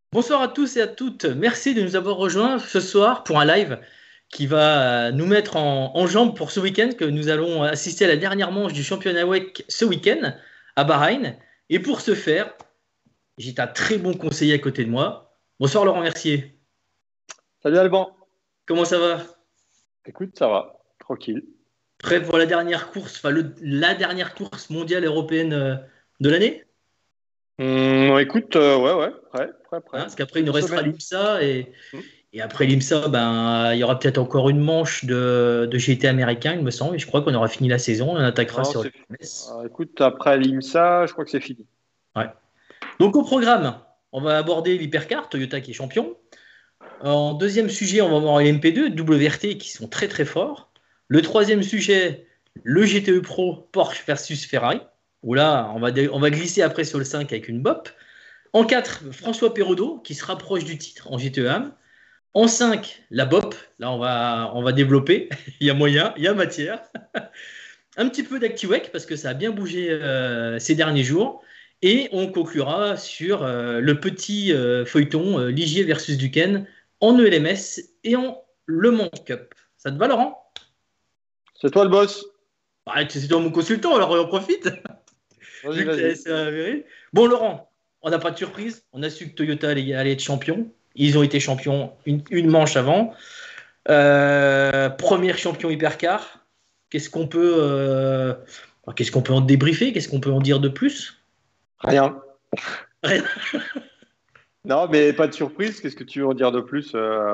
Bonsoir à tous et à toutes. Merci de nous avoir rejoints ce soir pour un live qui va nous mettre en jambes pour ce week-end que nous allons assister à la dernière manche du championnat WEC ce week-end à Bahreïn. Et pour ce faire, j'ai un très bon conseiller à côté de moi. Bonsoir Laurent Mercier. Salut Alban. Comment ça va? Écoute, ça va, tranquille. Prêt pour la dernière course, la dernière course mondiale européenne de l'année? Écoute, ouais, prêt, prêt, Hein, prêt. parce qu'après il nous Une restera semaine. l'IMSA Hmm. et après l'IMSA, il y aura peut-être encore une manche de GT américain, il me semble. Et je crois qu'on aura fini la saison. On attaquera Non, sur le MS. écoute, après l'IMSA, je crois que c'est fini. Ouais. Donc au programme, on va aborder l'hypercar, Toyota qui est champion. En deuxième sujet, on va voir LMP2, WRT qui sont très très forts. Le troisième sujet, le GTE Pro, Porsche versus Ferrari. Où là, on va glisser après sur le 5 avec une BOP. En 4, François Perraudot qui se rapproche du titre en GTE AM. En 5, la BOP. Là, on va développer. Il y a moyen, il y a matière. Un petit peu d'ActiWeek parce que ça a bien bougé ces derniers jours. Et on conclura sur le petit feuilleton Ligier versus Duquesne en ELMS et en Le Mans Cup. Ça te va, Laurent? C'est toi le boss. Bah, c'est toi mon consultant, alors on en profite, Vas-y, vu que tu vas-y. as avéré. Bon, Laurent, on n'a pas de surprise. On a su que Toyota allait être champion. Ils ont été champions une manche avant. Premier champion hypercar. Qu'est-ce qu'on peut, qu'est-ce qu'on peut en débriefer? Qu'est-ce qu'on peut en dire de plus? Rien. Rien. Non, mais pas de surprise. Qu'est-ce que tu veux en dire de plus?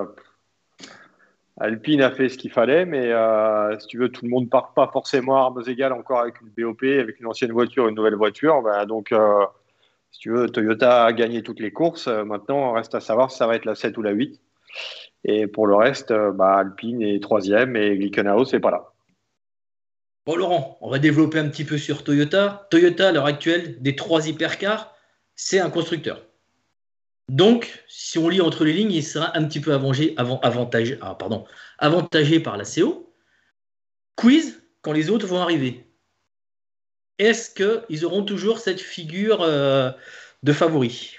Alpine a fait ce qu'il fallait, mais si tu veux, tout le monde part pas forcément à armes égales encore avec une BOP, avec une ancienne voiture, une nouvelle voiture. Bah, donc, si tu veux, Toyota a gagné toutes les courses. Maintenant, reste à savoir si ça va être la 7 ou la 8. Et pour le reste, Alpine est troisième et Glickenhaus n'est pas là. Bon, Laurent, on va développer un petit peu sur Toyota. Toyota, à l'heure actuelle, des trois hypercars, c'est un constructeur. Donc, si on lit entre les lignes, il sera un petit peu avantagé par la CO. Quiz, quand les autres vont arriver. Est-ce qu'ils auront toujours cette figure de favori?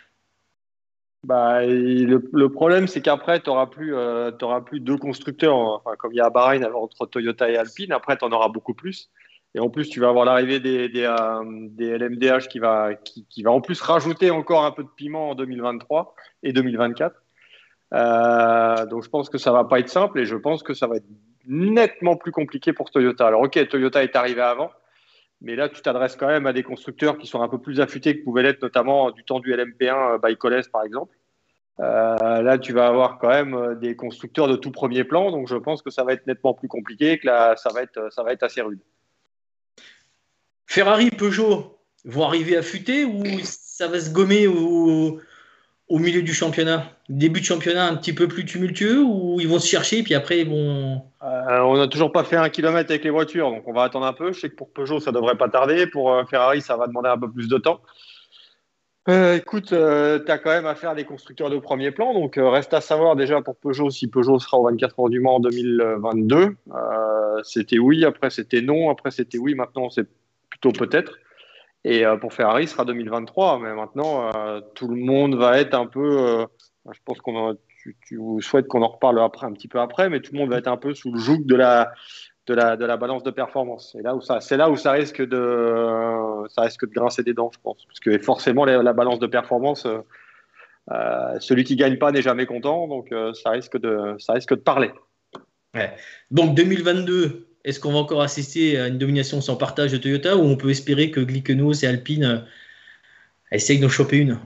Le problème, c'est qu'après, t'auras plus deux constructeurs, enfin, comme il y a à Bahreïn entre Toyota et Alpine. Après, tu en auras beaucoup plus. Et en plus, tu vas avoir l'arrivée des LMDH qui va en plus rajouter encore un peu de piment en 2023 et 2024. Donc, je pense que ça va pas être simple et je pense que ça va être nettement plus compliqué pour Toyota. Alors, ok, Toyota est arrivé avant, mais là, tu t'adresses quand même à des constructeurs qui sont un peu plus affûtés que pouvaient l'être, notamment du temps du LMP1 by Coles, par exemple. Là, tu vas avoir quand même des constructeurs de tout premier plan, donc je pense que ça va être nettement plus compliqué, que là, ça va être assez rude. Ferrari, Peugeot vont arriver affûtés ou ça va se gommer au milieu du championnat? Début de championnat un petit peu plus tumultueux ou ils vont se chercher et puis après ils vont. On n'a toujours pas fait 1 kilomètre avec les voitures, donc on va attendre un peu. Je sais que pour Peugeot, ça devrait pas tarder. Pour Ferrari, ça va demander un peu plus de temps. Écoute, tu as quand même affaire à des constructeurs de premier plan, donc reste à savoir déjà pour Peugeot si Peugeot sera au 24 heures du Mans en 2022. C'était oui, après c'était non, après c'était oui, maintenant c'est plutôt peut-être. Et pour Ferrari, ce sera 2023. Mais maintenant, tout le monde va être un peu. Je pense tu souhaites qu'on en reparle après, un petit peu après, mais tout le monde va être un peu sous le joug de la balance de performance. Et là où c'est là où ça risque de grincer des dents, je pense. Parce que forcément, la balance de performance, celui qui gagne pas n'est jamais content. Donc, ça risque de parler. Ouais. Donc 2022, est-ce qu'on va encore assister à une domination sans partage de Toyota ou on peut espérer que Glickenhaus et Alpine essayent d'en choper une?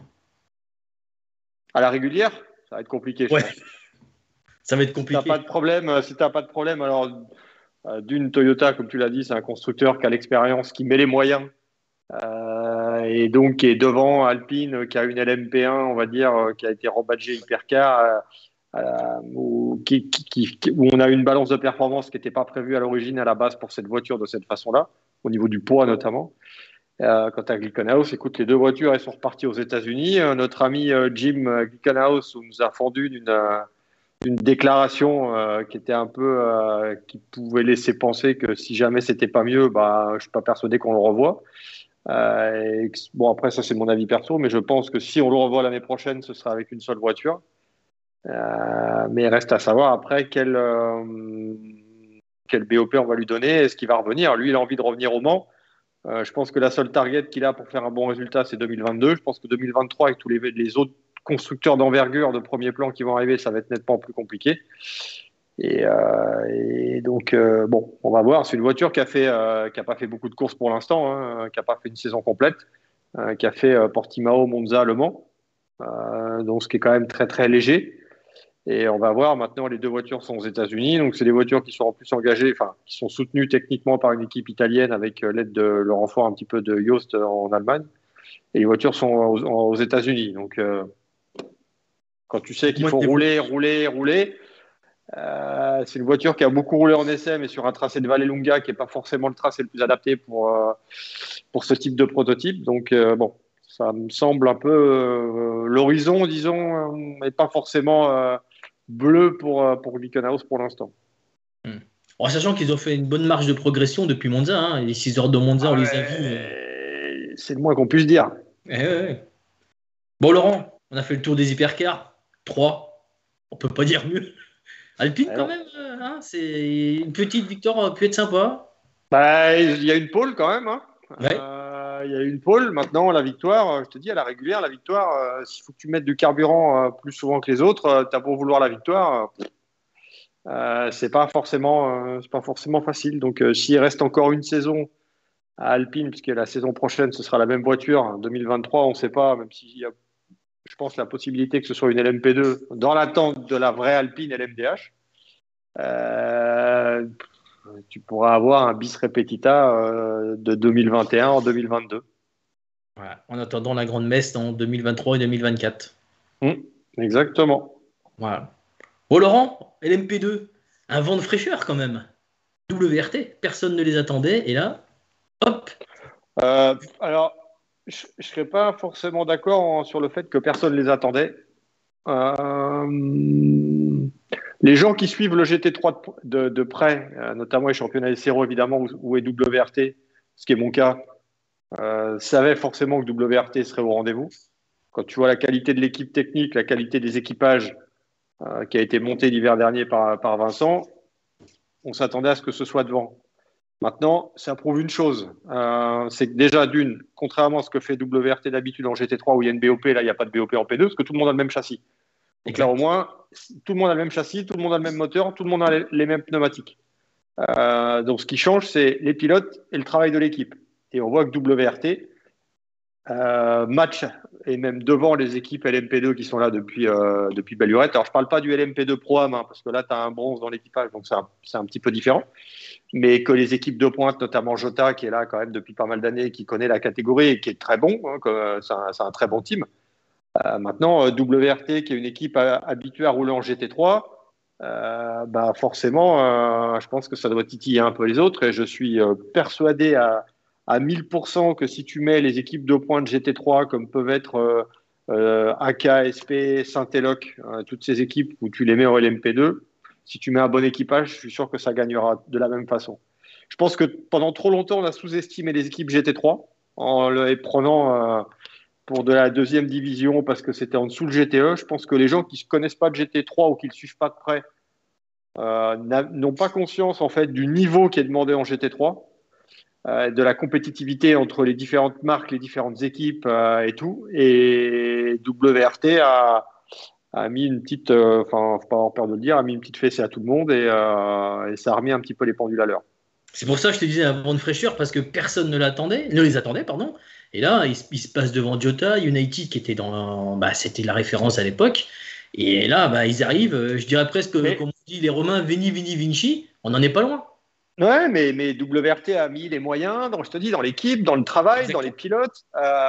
À la régulière, ça va être compliqué, je Ouais, pense. ça va être Si t'as pas compliqué. de problème, si t'as pas de problème, alors d'une Toyota, comme tu l'as dit, c'est un constructeur qui a l'expérience, qui met les moyens, et donc qui est devant Alpine, qui a une LMP1, on va dire, qui a été rebadgée Hypercar, où on a une balance de performance qui n'était pas prévue à l'origine, à la base, pour cette voiture de cette façon-là, au niveau du poids notamment. Quant à Glickenhaus, écoute, les deux voitures, elles sont reparties aux États-Unis. Notre ami Jim Glickenhaus nous a fondu une déclaration qui était un peu qui pouvait laisser penser que si jamais c'était pas mieux, je suis pas persuadé qu'on le revoit. Bon, après, ça, c'est mon avis perso, mais je pense que si on le revoit l'année prochaine, ce sera avec une seule voiture. Mais il reste à savoir après quel BOP on va lui donner. Est-ce qu'il va revenir? Lui, il a envie de revenir au Mans. Je pense que la seule target qu'il a pour faire un bon résultat, c'est 2022. Je pense que 2023, avec tous les autres constructeurs d'envergure de premier plan qui vont arriver, ça va être nettement plus compliqué. Et donc, bon, on va voir. C'est une voiture qui a pas fait beaucoup de courses pour l'instant, hein, qui a pas fait une saison complète, qui a fait Portimao, Monza, Le Mans. Donc, ce qui est quand même très, très léger. Et on va voir, maintenant, les deux voitures sont aux États-Unis. Donc, c'est des voitures qui sont en plus engagées, enfin, qui sont soutenues techniquement par une équipe italienne avec l'aide de le renfort un petit peu de Jost en Allemagne. Et les voitures sont aux États-Unis. Donc, quand tu sais qu'il faut rouler, c'est une voiture qui a beaucoup roulé en essai, mais sur un tracé de Vallelunga qui n'est pas forcément le tracé le plus adapté pour ce type de prototype. Donc, bon, ça me semble un peu l'horizon, disons, n'est pas forcément bleu pour Glickenhaus pour l'instant. En sachant qu'ils ont fait une bonne marge de progression depuis Monza. Hein. Les 6 heures de Monza, on les a vus. C'est le moins qu'on puisse dire. Ouais. Bon, Laurent, on a fait le tour des hypercars. 3. On peut pas dire mieux. Alpine, quand même, hein, c'est une petite victoire, peut être sympa. Bah, il y a une pole quand même. Hein. Ouais. Il y a une pole. Maintenant, la victoire, je te dis, à la régulière, la victoire, s'il faut que tu mettes du carburant plus souvent que les autres, tu as beau vouloir la victoire, c'est pas forcément facile. Donc, s'il reste encore une saison à Alpine, puisque la saison prochaine, ce sera la même voiture, hein, 2023, on ne sait pas, même s'il y a, je pense, la possibilité que ce soit une LMP2 dans l'attente de la vraie Alpine LMDH. Tu pourras avoir un bis repetita de 2021 en 2022. Voilà. En attendant la grande messe en 2023 et 2024. Exactement. Voilà. Bon, Laurent, LMP2, un vent de fraîcheur quand même. WRT, personne ne les attendait, et là, hop. Alors, je ne serais pas forcément d'accord sur le fait que personne ne les attendait. Les gens qui suivent le GT3 de près, notamment les championnats SRO évidemment, ou les WRT, ce qui est mon cas, savaient forcément que WRT serait au rendez-vous. Quand tu vois la qualité de l'équipe technique, la qualité des équipages qui a été montée l'hiver dernier par Vincent, on s'attendait à ce que ce soit devant. Maintenant, ça prouve une chose, c'est que déjà d'une, contrairement à ce que fait WRT d'habitude en GT3 où il y a une BOP, là il n'y a pas de BOP en P2 parce que tout le monde a le même châssis. Donc là au moins, tout le monde a le même châssis, tout le monde a le même moteur, tout le monde a les mêmes pneumatiques. Donc ce qui change, c'est les pilotes et le travail de l'équipe. Et on voit que WRT match et même devant les équipes LMP2 qui sont là depuis belle lurette. Alors je ne parle pas du LMP2 Pro-Am parce que là tu as un bronze dans l'équipage, donc c'est un petit peu différent. Mais que les équipes de pointe, notamment Jota, qui est là quand même depuis pas mal d'années, qui connaît la catégorie et qui est très bon, hein, c'est un très bon team. Maintenant, WRT, qui est une équipe habituée à rouler en GT3, bah forcément, je pense que ça doit titiller un peu les autres. Et je suis persuadé à 1000% que si tu mets les équipes de pointe GT3, comme peuvent être AK, SP, Saint-Eloc, toutes ces équipes où tu les mets en LMP2, si tu mets un bon équipage, je suis sûr que ça gagnera de la même façon. Je pense que pendant trop longtemps, on a sous-estimé les équipes GT3 en les prenant pour de la deuxième division parce que c'était en dessous le GTE. Je pense que les gens qui ne connaissent pas de GT3 ou qui ne le suivent pas de près n'ont pas conscience en fait du niveau qui est demandé en GT3, de la compétitivité entre les différentes marques, les différentes équipes et tout. Et WRT a mis une petite, faut pas avoir peur de le dire, a mis une petite fessée à tout le monde et ça a remis un petit peu les pendules à l'heure. C'est pour ça que je te disais un vent de fraîcheur, parce que personne ne les attendait, pardon. Et là, il se passe devant Jota, United qui était c'était la référence à l'époque. Et là, ils arrivent, je dirais presque, comme on dit les Romains, Veni, Vini, Vinci, on n'en est pas loin. Ouais, mais WRT a mis les moyens, je te dis, dans l'équipe, dans le travail, Exactement. Dans les pilotes.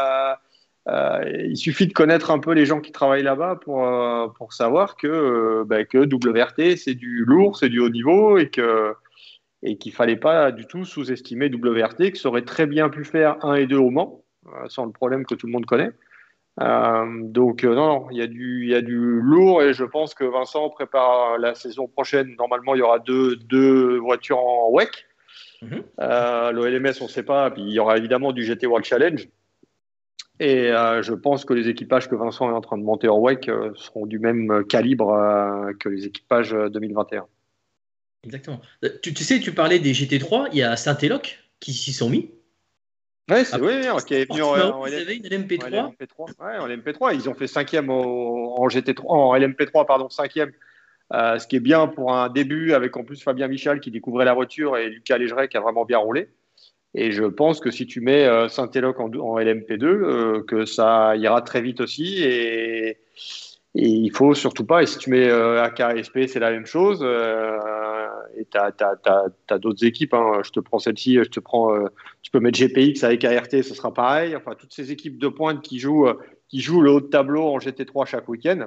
Il suffit de connaître un peu les gens qui travaillent là-bas pour savoir que WRT, c'est du lourd, c'est du haut niveau et qu'il ne fallait pas du tout sous-estimer WRT, que ça aurait très bien pu faire 1 et 2 au Mans, sans le problème que tout le monde connaît. Non, il y a du lourd et je pense que Vincent prépare la saison prochaine. Normalement, il y aura deux voitures en WEC. Mhm. Le LMS, on ne sait pas. Puis il y aura évidemment du GT World Challenge. Et je pense que les équipages que Vincent est en train de monter en WEC seront du même calibre que les équipages 2021. Exactement. Tu sais, tu parlais des GT3, il y a Saint-Éloque qui s'y sont mis. Ouais, À oui, qui est venu Portimao, ils avaient une en LMP3. LMP3. Ouais, en LMP3. Ils ont fait cinquième en GT3, en LMP3, pardon, cinquième. Ce qui est bien pour un début, avec en plus Fabien Michal qui découvrait la voiture et Lucas Légeret qui a vraiment bien roulé. Et je pense que si tu mets Saint-Éloque en LMP2, que ça ira très vite aussi. Et il faut surtout pas. Et si tu mets AKSP, c'est la même chose. Et tu as, d'autres équipes. Hein. Je te prends celle-ci, tu peux mettre GPX avec ART, ce sera pareil. Enfin, toutes ces équipes de pointe qui jouent le haut de tableau en GT3 chaque week-end.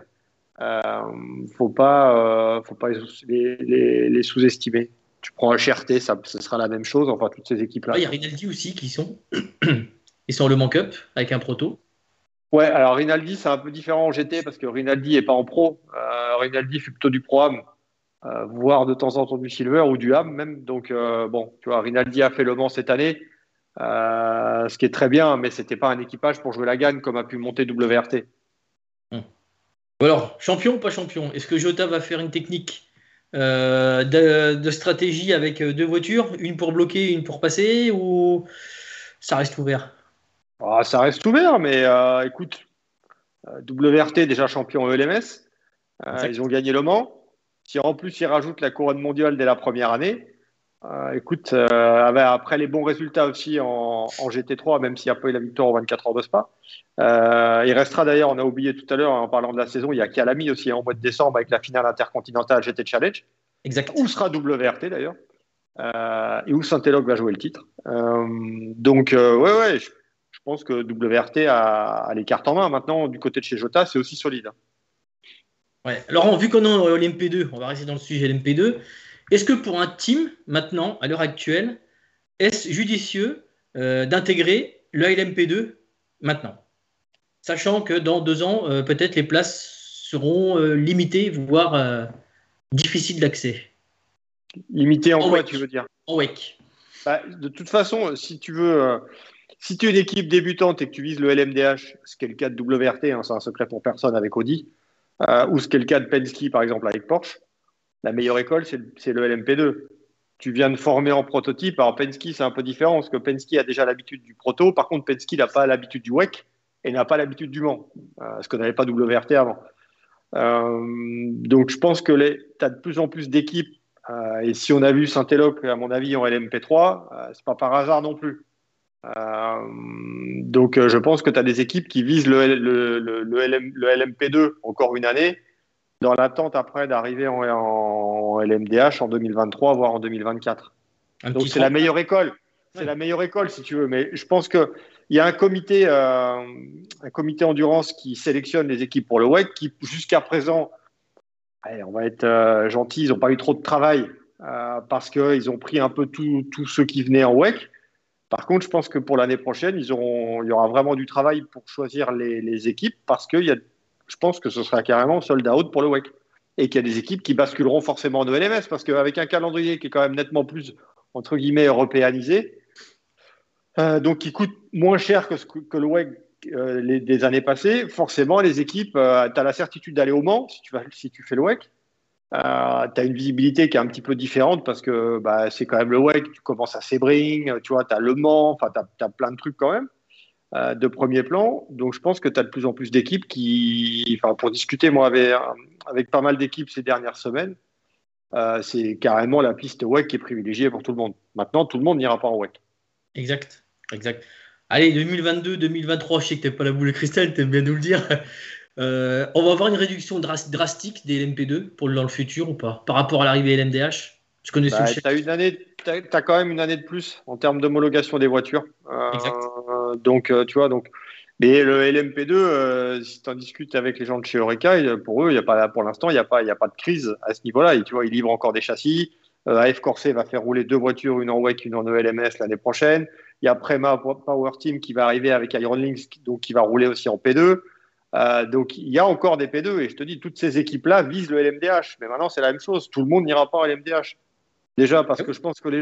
Faut pas les sous-estimer. Tu prends HRT, ce sera la même chose. Enfin, toutes ces Ah, équipes-là, il y a quoi. Rinaldi aussi qui sont. Ils sont Le Mans Cup avec un proto. Ouais, alors Rinaldi, c'est un peu différent en GT parce que Rinaldi est pas en pro. Rinaldi fait plutôt du pro AM, voire de temps en temps du silver ou du AM même. Donc, bon, tu vois, Rinaldi a fait Le Mans cette année, ce qui est très bien, mais c'était pas un équipage pour jouer la gagne comme a pu monter WRT. Hum. Alors, champion ou pas champion? Est-ce que Jota va faire une technique de stratégie avec deux voitures, une pour bloquer, une pour passer, ou ça reste ouvert? Ah, ça reste ouvert, mais écoute, WRT déjà champion ELMS. Ils Exact. ont gagné Le Mans. Si en plus ils rajoutent la couronne mondiale dès la première année, écoute, après les bons résultats aussi en GT3, même s'il n'y a pas eu la victoire aux 24 heures de Spa, il restera d'ailleurs, on a oublié tout à l'heure en parlant de la saison, il y a Calami aussi en mois de décembre avec la finale intercontinentale GT Challenge, où Exact. sera WRT d'ailleurs, et où Saint-Éloque va jouer le titre. Donc, ouais, je pense que WRT a les cartes en main. Maintenant, du côté de chez Jota, c'est aussi solide. Ouais. Laurent, vu qu'on est en LMP2, on va rester dans le sujet LMP2. Est-ce que pour un team, maintenant, à l'heure actuelle, est-ce judicieux d'intégrer le LMP2 maintenant? Sachant que dans 2 ans, peut-être les places seront limitées, voire difficiles d'accès. Limité en En quoi, tu WEC. veux dire? En WEC. Bah, de toute façon, si tu es une équipe débutante et que tu vises le LMDH, ce qui est le cas de WRT, hein, c'est un secret pour personne avec Audi, ou ce qui est le cas de Penske par exemple avec Porsche, la meilleure école c'est le LMP2. Tu viens de former en prototype. Alors Penske c'est un peu différent parce que Penske a déjà l'habitude du proto. Par contre, Penske n'a pas l'habitude du WEC et n'a pas l'habitude du Mans, ce que n'avait pas WRT avant. Donc je pense que tu as de plus en plus d'équipes. Et si on a vu Saint-Éloque, à mon avis, en LMP3, c'est pas par hasard non plus. Donc je pense que tu as des équipes qui visent le LMP2 encore une année, dans l'attente après d'arriver en LMDH en 2023, voire en 2024. Un Donc petit c'est la tremplin. meilleure école. C'est Ouais. la meilleure école, si tu veux. Mais je pense qu'il y a un comité endurance qui sélectionne les équipes pour le WEC, qui jusqu'à présent, allez, on va être gentil, ils n'ont pas eu trop de travail parce qu'ils ont pris un peu tous ceux qui venaient en WEC. Par contre, je pense que pour l'année prochaine, il y aura vraiment du travail pour choisir les équipes parce que je pense que ce sera carrément sold out pour le WEC. Et qu'il y a des équipes qui basculeront forcément en ELMS parce qu'avec un calendrier qui est quand même nettement plus, entre guillemets, européanisé, donc qui coûte moins cher que le WEC des années passées, forcément, les équipes, tu as la certitude d'aller au Mans si tu fais le WEC. Tu as une visibilité qui est un petit peu différente parce que bah, c'est quand même le WEC, tu commences à Sebring, tu vois, tu as Le Mans, enfin, tu as plein de trucs quand même de premier plan. Donc, je pense que tu as de plus en plus d'équipes enfin, pour discuter, moi, avec pas mal d'équipes ces dernières semaines, c'est carrément la piste WEC qui est privilégiée pour tout le monde. Maintenant, tout le monde n'ira pas en WEC. Exact. Exact. Allez, 2022, 2023, je sais que t'es pas la boule de cristal, t'aimes bien nous le dire. On va avoir une réduction drastique des LMP2 dans le futur ou pas? Par rapport à l'arrivée LMDH? Je connais Bah, Sulchek. t'as quand même une année de plus en termes d'homologation des voitures. Exact. Donc, tu vois, mais le LMP2, si tu en discutes avec les gens de chez Eureka, pour eux, pour l'instant, il y a pas de crise à ce niveau-là. Tu vois, ils livrent encore des châssis. AF Corset va faire rouler 2 voitures, une en WEC, une en ELMS l'année prochaine. Il y a Prema Power Team qui va arriver avec Iron Lynx, donc qui va rouler aussi en P2. Donc, il y a encore des P2. Et je te dis, toutes ces équipes-là visent le LMDH. Mais maintenant, c'est la même chose. Tout le monde n'ira pas au LMDH. Déjà, parce que je pense que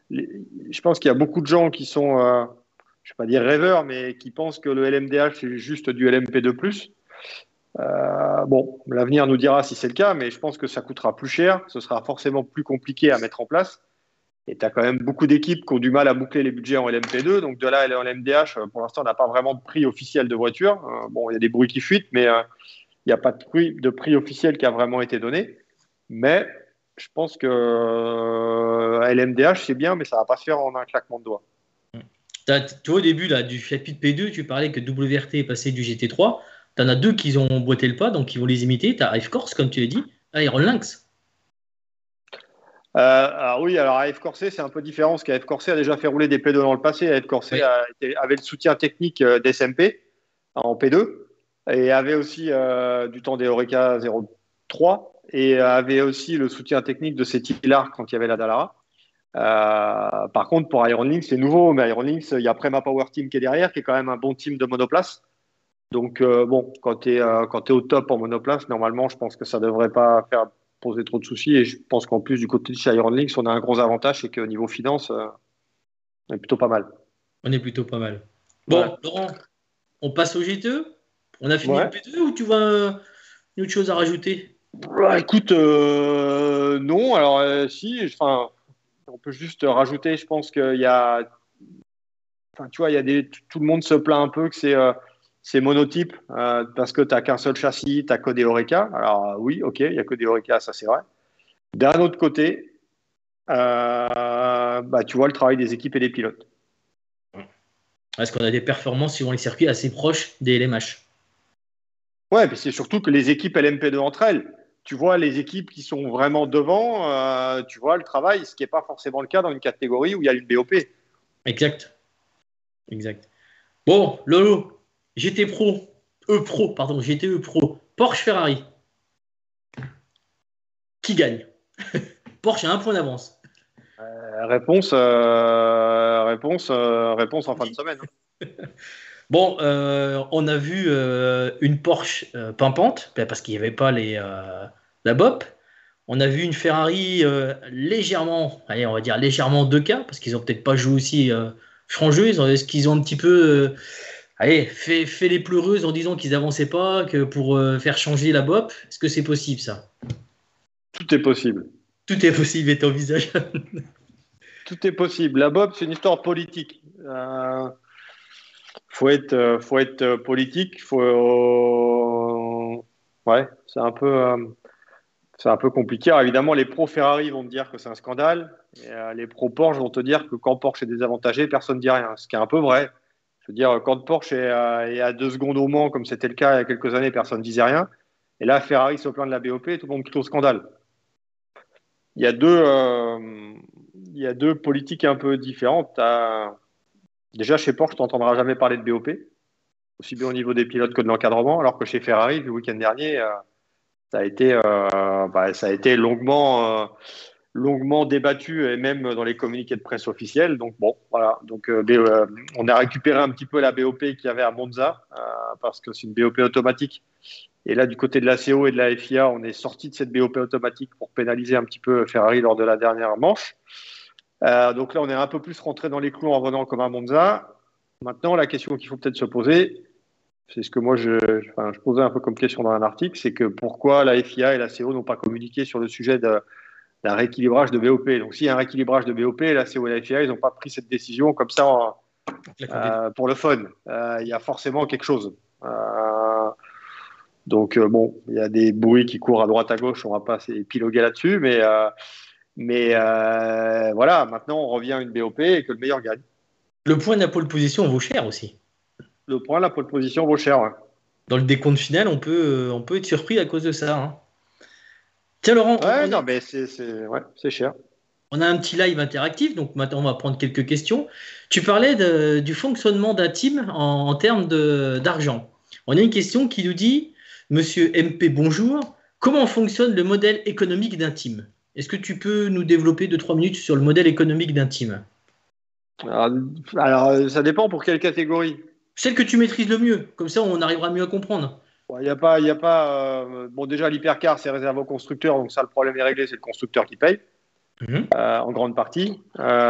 je pense qu'il y a beaucoup de gens qui sont, je ne vais pas dire rêveurs, mais qui pensent que le LMDH, c'est juste du LMP2+. Bon, l'avenir nous dira si c'est le cas, mais je pense que ça coûtera plus cher, ce sera forcément plus compliqué à mettre en place. Et tu as quand même beaucoup d'équipes qui ont du mal à boucler les budgets en LMP2. Donc de là à LMDH, pour l'instant, on n'a pas vraiment de prix officiel de voiture. Bon, il y a des bruits qui fuitent, mais il n'y a pas de prix officiel qui a vraiment été donné. Mais je pense que LMDH, c'est bien, mais ça ne va pas se faire en un claquement de doigts. Tu vois, au début là, du chapitre P2, tu parlais que WRT est passé du GT3. Tu en as deux qui ont boité le pas, donc ils vont les imiter. Tu as F-Corse, comme tu l'as dit, Iron Lynx. Alors oui, alors AF Corset, c'est un peu différent parce qu'AF Corset a déjà fait rouler des P2 dans le passé. AF Corset avait le soutien technique d'SMP en P2 et avait aussi du temps des Oreca 03 et avait aussi le soutien technique de ces Tilar quand il y avait la Dallara. Par contre, pour Iron Lynx, c'est nouveau, mais Iron Lynx, il y a Prema Power Team qui est derrière, qui est quand même un bon team de monoplace. Donc, bon, quand tu es, au top en monoplace, normalement, je pense que ça ne devrait pas poser trop de soucis. Et je pense qu'en plus, du côté de chez Iron Lynx, on a un gros avantage, c'est qu'au niveau finance, on est plutôt pas mal. On est plutôt pas mal. Bon, Ouais. Laurent, on passe au GTE. On a fini le Ouais. P2 ou tu vois une autre chose à rajouter? Écoute, non. Alors, si, enfin, on peut juste rajouter, je pense qu'il y a, enfin, tu vois, tout le monde se plaint un peu que c'est monotype parce que tu n'as qu'un seul châssis, tu n'as que des Oreca. Alors, oui, ok, il n'y a que des Oreca, ça c'est vrai. D'un autre côté, tu vois le travail des équipes et des pilotes. Est-ce qu'on a des performances suivant les circuits assez proches des LMH? Ouais, puis c'est surtout que les équipes LMP2 entre elles, tu vois les équipes qui sont vraiment devant, tu vois le travail, ce qui n'est pas forcément le cas dans une catégorie où il y a une BOP. Exact. Exact. Bon, Lolo, GT Pro, E-Pro, pardon, GTE Pro, Porsche Ferrari. Qui gagne? Porsche a un point d'avance. Réponse en fin de semaine. Bon, on a vu une Porsche pimpante, parce qu'il n'y avait pas la BOP. On a vu une Ferrari légèrement, allez, on va dire légèrement 2K, parce qu'ils ont peut-être pas joué aussi franc jeu. Est-ce qu'ils ont un petit peu allez, fait les pleureuses en disant qu'ils avançaient pas, que pour faire changer la BOP? Est-ce que c'est possible ça? Tout est possible. Tout est possible et envisageable. Tout est possible. La Bob, c'est une histoire politique. Faut être politique. Ouais, c'est un peu compliqué. Alors, évidemment, les pros Ferrari vont te dire que c'est un scandale. Et, les pros Porsche vont te dire que quand Porsche est désavantagé, personne ne dit rien. Ce qui est un peu vrai. Je veux dire, quand Porsche est à 2 secondes au Mans, comme c'était le cas il y a quelques années, personne ne disait rien. Et là, Ferrari se plaint de la BOP et tout le monde crie au scandale. Il y a deux, il y a deux politiques un peu différentes. Déjà, chez Porsche, tu n'entendras jamais parler de BOP, aussi bien au niveau des pilotes que de l'encadrement, alors que chez Ferrari, le week-end dernier, ça a été longuement débattu et même dans les communiqués de presse officiels. Donc bon, voilà. Donc on a récupéré un petit peu la BOP qu'il y avait à Monza parce que c'est une BOP automatique. Et là, du côté de la CO et de la FIA, on est sorti de cette BOP automatique pour pénaliser un petit peu Ferrari lors de la dernière manche. Donc là, on est un peu plus rentré dans les clous en revenant comme à Monza. Maintenant, la question qu'il faut peut-être se poser, c'est ce que moi je posais un peu comme question dans un article, c'est que pourquoi la FIA et la CO n'ont pas communiqué sur le sujet d'un rééquilibrage de BOP. Donc s'il y a un rééquilibrage de BOP, la CO et la FIA, ils n'ont pas pris cette décision comme ça pour le fun. Il y a forcément quelque chose. Donc bon, il y a des bruits qui courent à droite à gauche, on ne va pas épiloguer là-dessus, mais voilà, maintenant on revient à une BOP et que le meilleur gagne. Le point de la pole position vaut cher aussi. Le point, la pole position vaut cher. Ouais. Dans le décompte final, on peut être surpris à cause de ça, hein. Tiens, Laurent, Ouais, non, mais c'est cher. on a un petit live interactif, donc maintenant on va prendre quelques questions. Tu parlais du fonctionnement d'un team en termes d'argent. On a une question qui nous dit, Monsieur MP, bonjour, comment fonctionne le modèle économique d'un team? Est-ce que tu peux nous développer 2-3 minutes sur le modèle économique d'un team? Alors, ça dépend pour quelle catégorie. Celle que tu maîtrises le mieux, comme ça on arrivera mieux à comprendre. Bon, il y a pas. Bon, déjà, l'hypercar, c'est réservé aux constructeurs, donc ça, le problème est réglé, c'est le constructeur qui paye. en grande partie.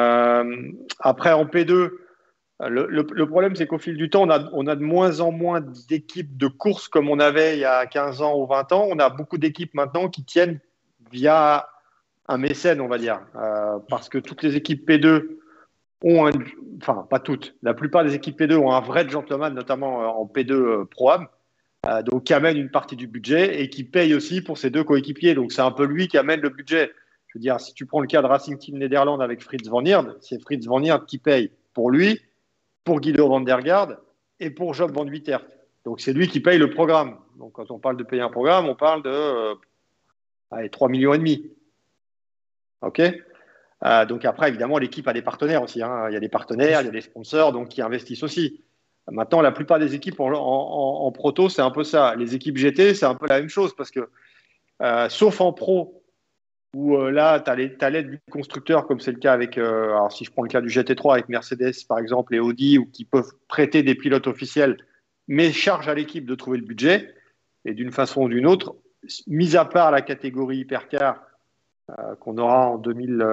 Après, en P2, le problème, c'est qu'au fil du temps, on a de moins en moins d'équipes de course comme on avait il y a 15 ans ou 20 ans. On a beaucoup d'équipes maintenant qui tiennent via un mécène, on va dire. Parce que toutes les équipes P2 ont enfin, pas toutes, la plupart des équipes P2 ont un vrai gentleman, notamment en P2 Pro-Am, donc qui amène une partie du budget et qui paye aussi pour ses deux coéquipiers. Donc c'est un peu lui qui amène le budget. Je veux dire, si tu prends le cas de Racing Team Nederland avec Fritz Van Eerd, c'est Fritz Van Eerd qui paye pour lui, pour Guido van der Garde et pour Job van Wittert. Donc c'est lui qui paye le programme. Donc quand on parle de payer un programme, on parle de 3,5 millions. OK. Donc après, évidemment, l'équipe a des partenaires aussi. Il y a des partenaires, il y a des sponsors donc, qui investissent aussi. Maintenant, la plupart des équipes en proto, c'est un peu ça. Les équipes GT, c'est un peu la même chose parce que, sauf en pro, où là, tu as l'aide du constructeur, comme c'est le cas avec, alors si je prends le cas du GT3 avec Mercedes, par exemple, et Audi, ou qui peuvent prêter des pilotes officiels, mais charge à l'équipe de trouver le budget. Et d'une façon ou d'une autre, mis à part la catégorie hypercar, qu'on aura en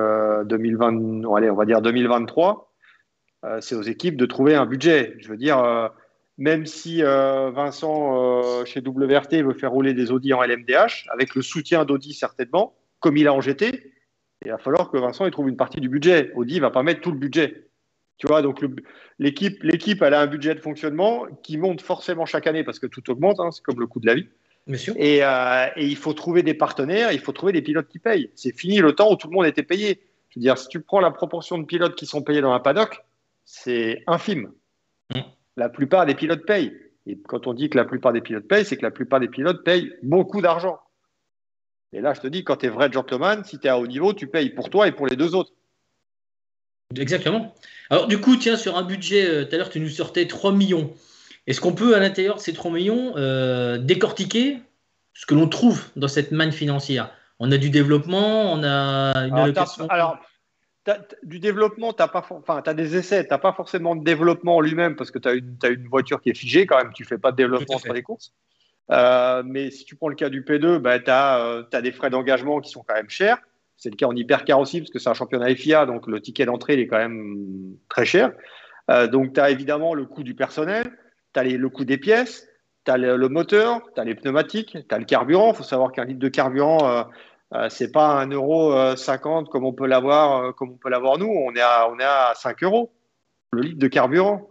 2020, allez, on va dire 2023, c'est aux équipes de trouver un budget. Je veux dire, même si Vincent, chez WRT, veut faire rouler des Audi en LMDH, avec le soutien d'Audi certainement, comme il a en GT, il va falloir que Vincent il trouve une partie du budget. Audi ne va pas mettre tout le budget. Tu vois, donc l'équipe, elle a un budget de fonctionnement qui monte forcément chaque année parce que tout augmente, hein, c'est comme le coût de la vie. Monsieur. Et il faut trouver des partenaires, il faut trouver des pilotes qui payent. C'est fini le temps où tout le monde était payé. Je veux dire, si tu prends la proportion de pilotes qui sont payés dans un paddock, c'est infime. La plupart des pilotes payent. Et quand on dit que la plupart des pilotes payent, c'est que la plupart des pilotes payent beaucoup d'argent. Et là, je te dis, quand tu es vrai gentleman, si tu es à haut niveau, tu payes pour toi et pour les deux autres. Exactement. Alors, du coup, tiens, sur un budget, tout à l'heure, tu nous sortais 3 millions. Est-ce qu'on peut, à l'intérieur de ces 3 millions, décortiquer ce que l'on trouve dans cette manne financière? On a du développement, on a une allocation. Du développement, tu as des essais, tu n'as pas forcément de développement en lui-même parce que tu as une voiture qui est figée quand même, tu ne fais pas de développement entre les courses. Mais si tu prends le cas du P2, bah, tu as des frais d'engagement qui sont quand même chers. C'est le cas en hypercar aussi parce que c'est un championnat FIA, donc le ticket d'entrée il est quand même très cher. Donc tu as évidemment le coût du personnel, tu as le coût des pièces, tu as le moteur, tu as les pneumatiques, tu as le carburant. Il faut savoir qu'un litre de carburant, c'est pas 1,50 € comme on peut l'avoir nous. On est à 5 € le litre de carburant.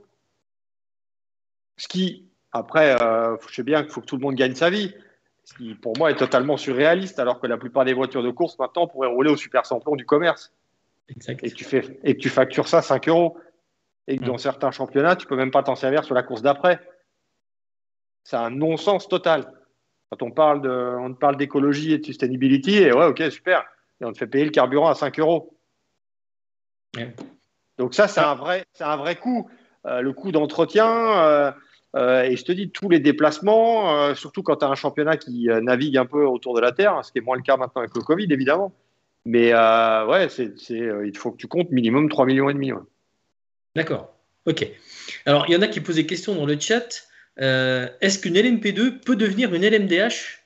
Ce qui, après, je sais bien qu'il faut que tout le monde gagne sa vie. Ce qui, pour moi, est totalement surréaliste, alors que la plupart des voitures de course, maintenant, pourraient rouler au super samplon du commerce. Exact. Et que tu factures ça 5 €. Et que dans certains championnats, tu peux même pas t'en servir sur la course d'après. C'est un non-sens total. Quand on parle d'écologie et de sustainability, et ouais, ok, super. Et on te fait payer le carburant à 5 €. Ouais. Donc ça, c'est un vrai coût. Le coût d'entretien, et je te dis, tous les déplacements, surtout quand tu as un championnat qui navigue un peu autour de la Terre, ce qui est moins le cas maintenant avec le Covid, évidemment. Mais ouais, il faut que tu comptes minimum 3,5 millions. Ouais. D'accord. Ok. Alors, il y en a qui posent des questions dans le chat. Est-ce qu'une LMP2 peut devenir une LMDH?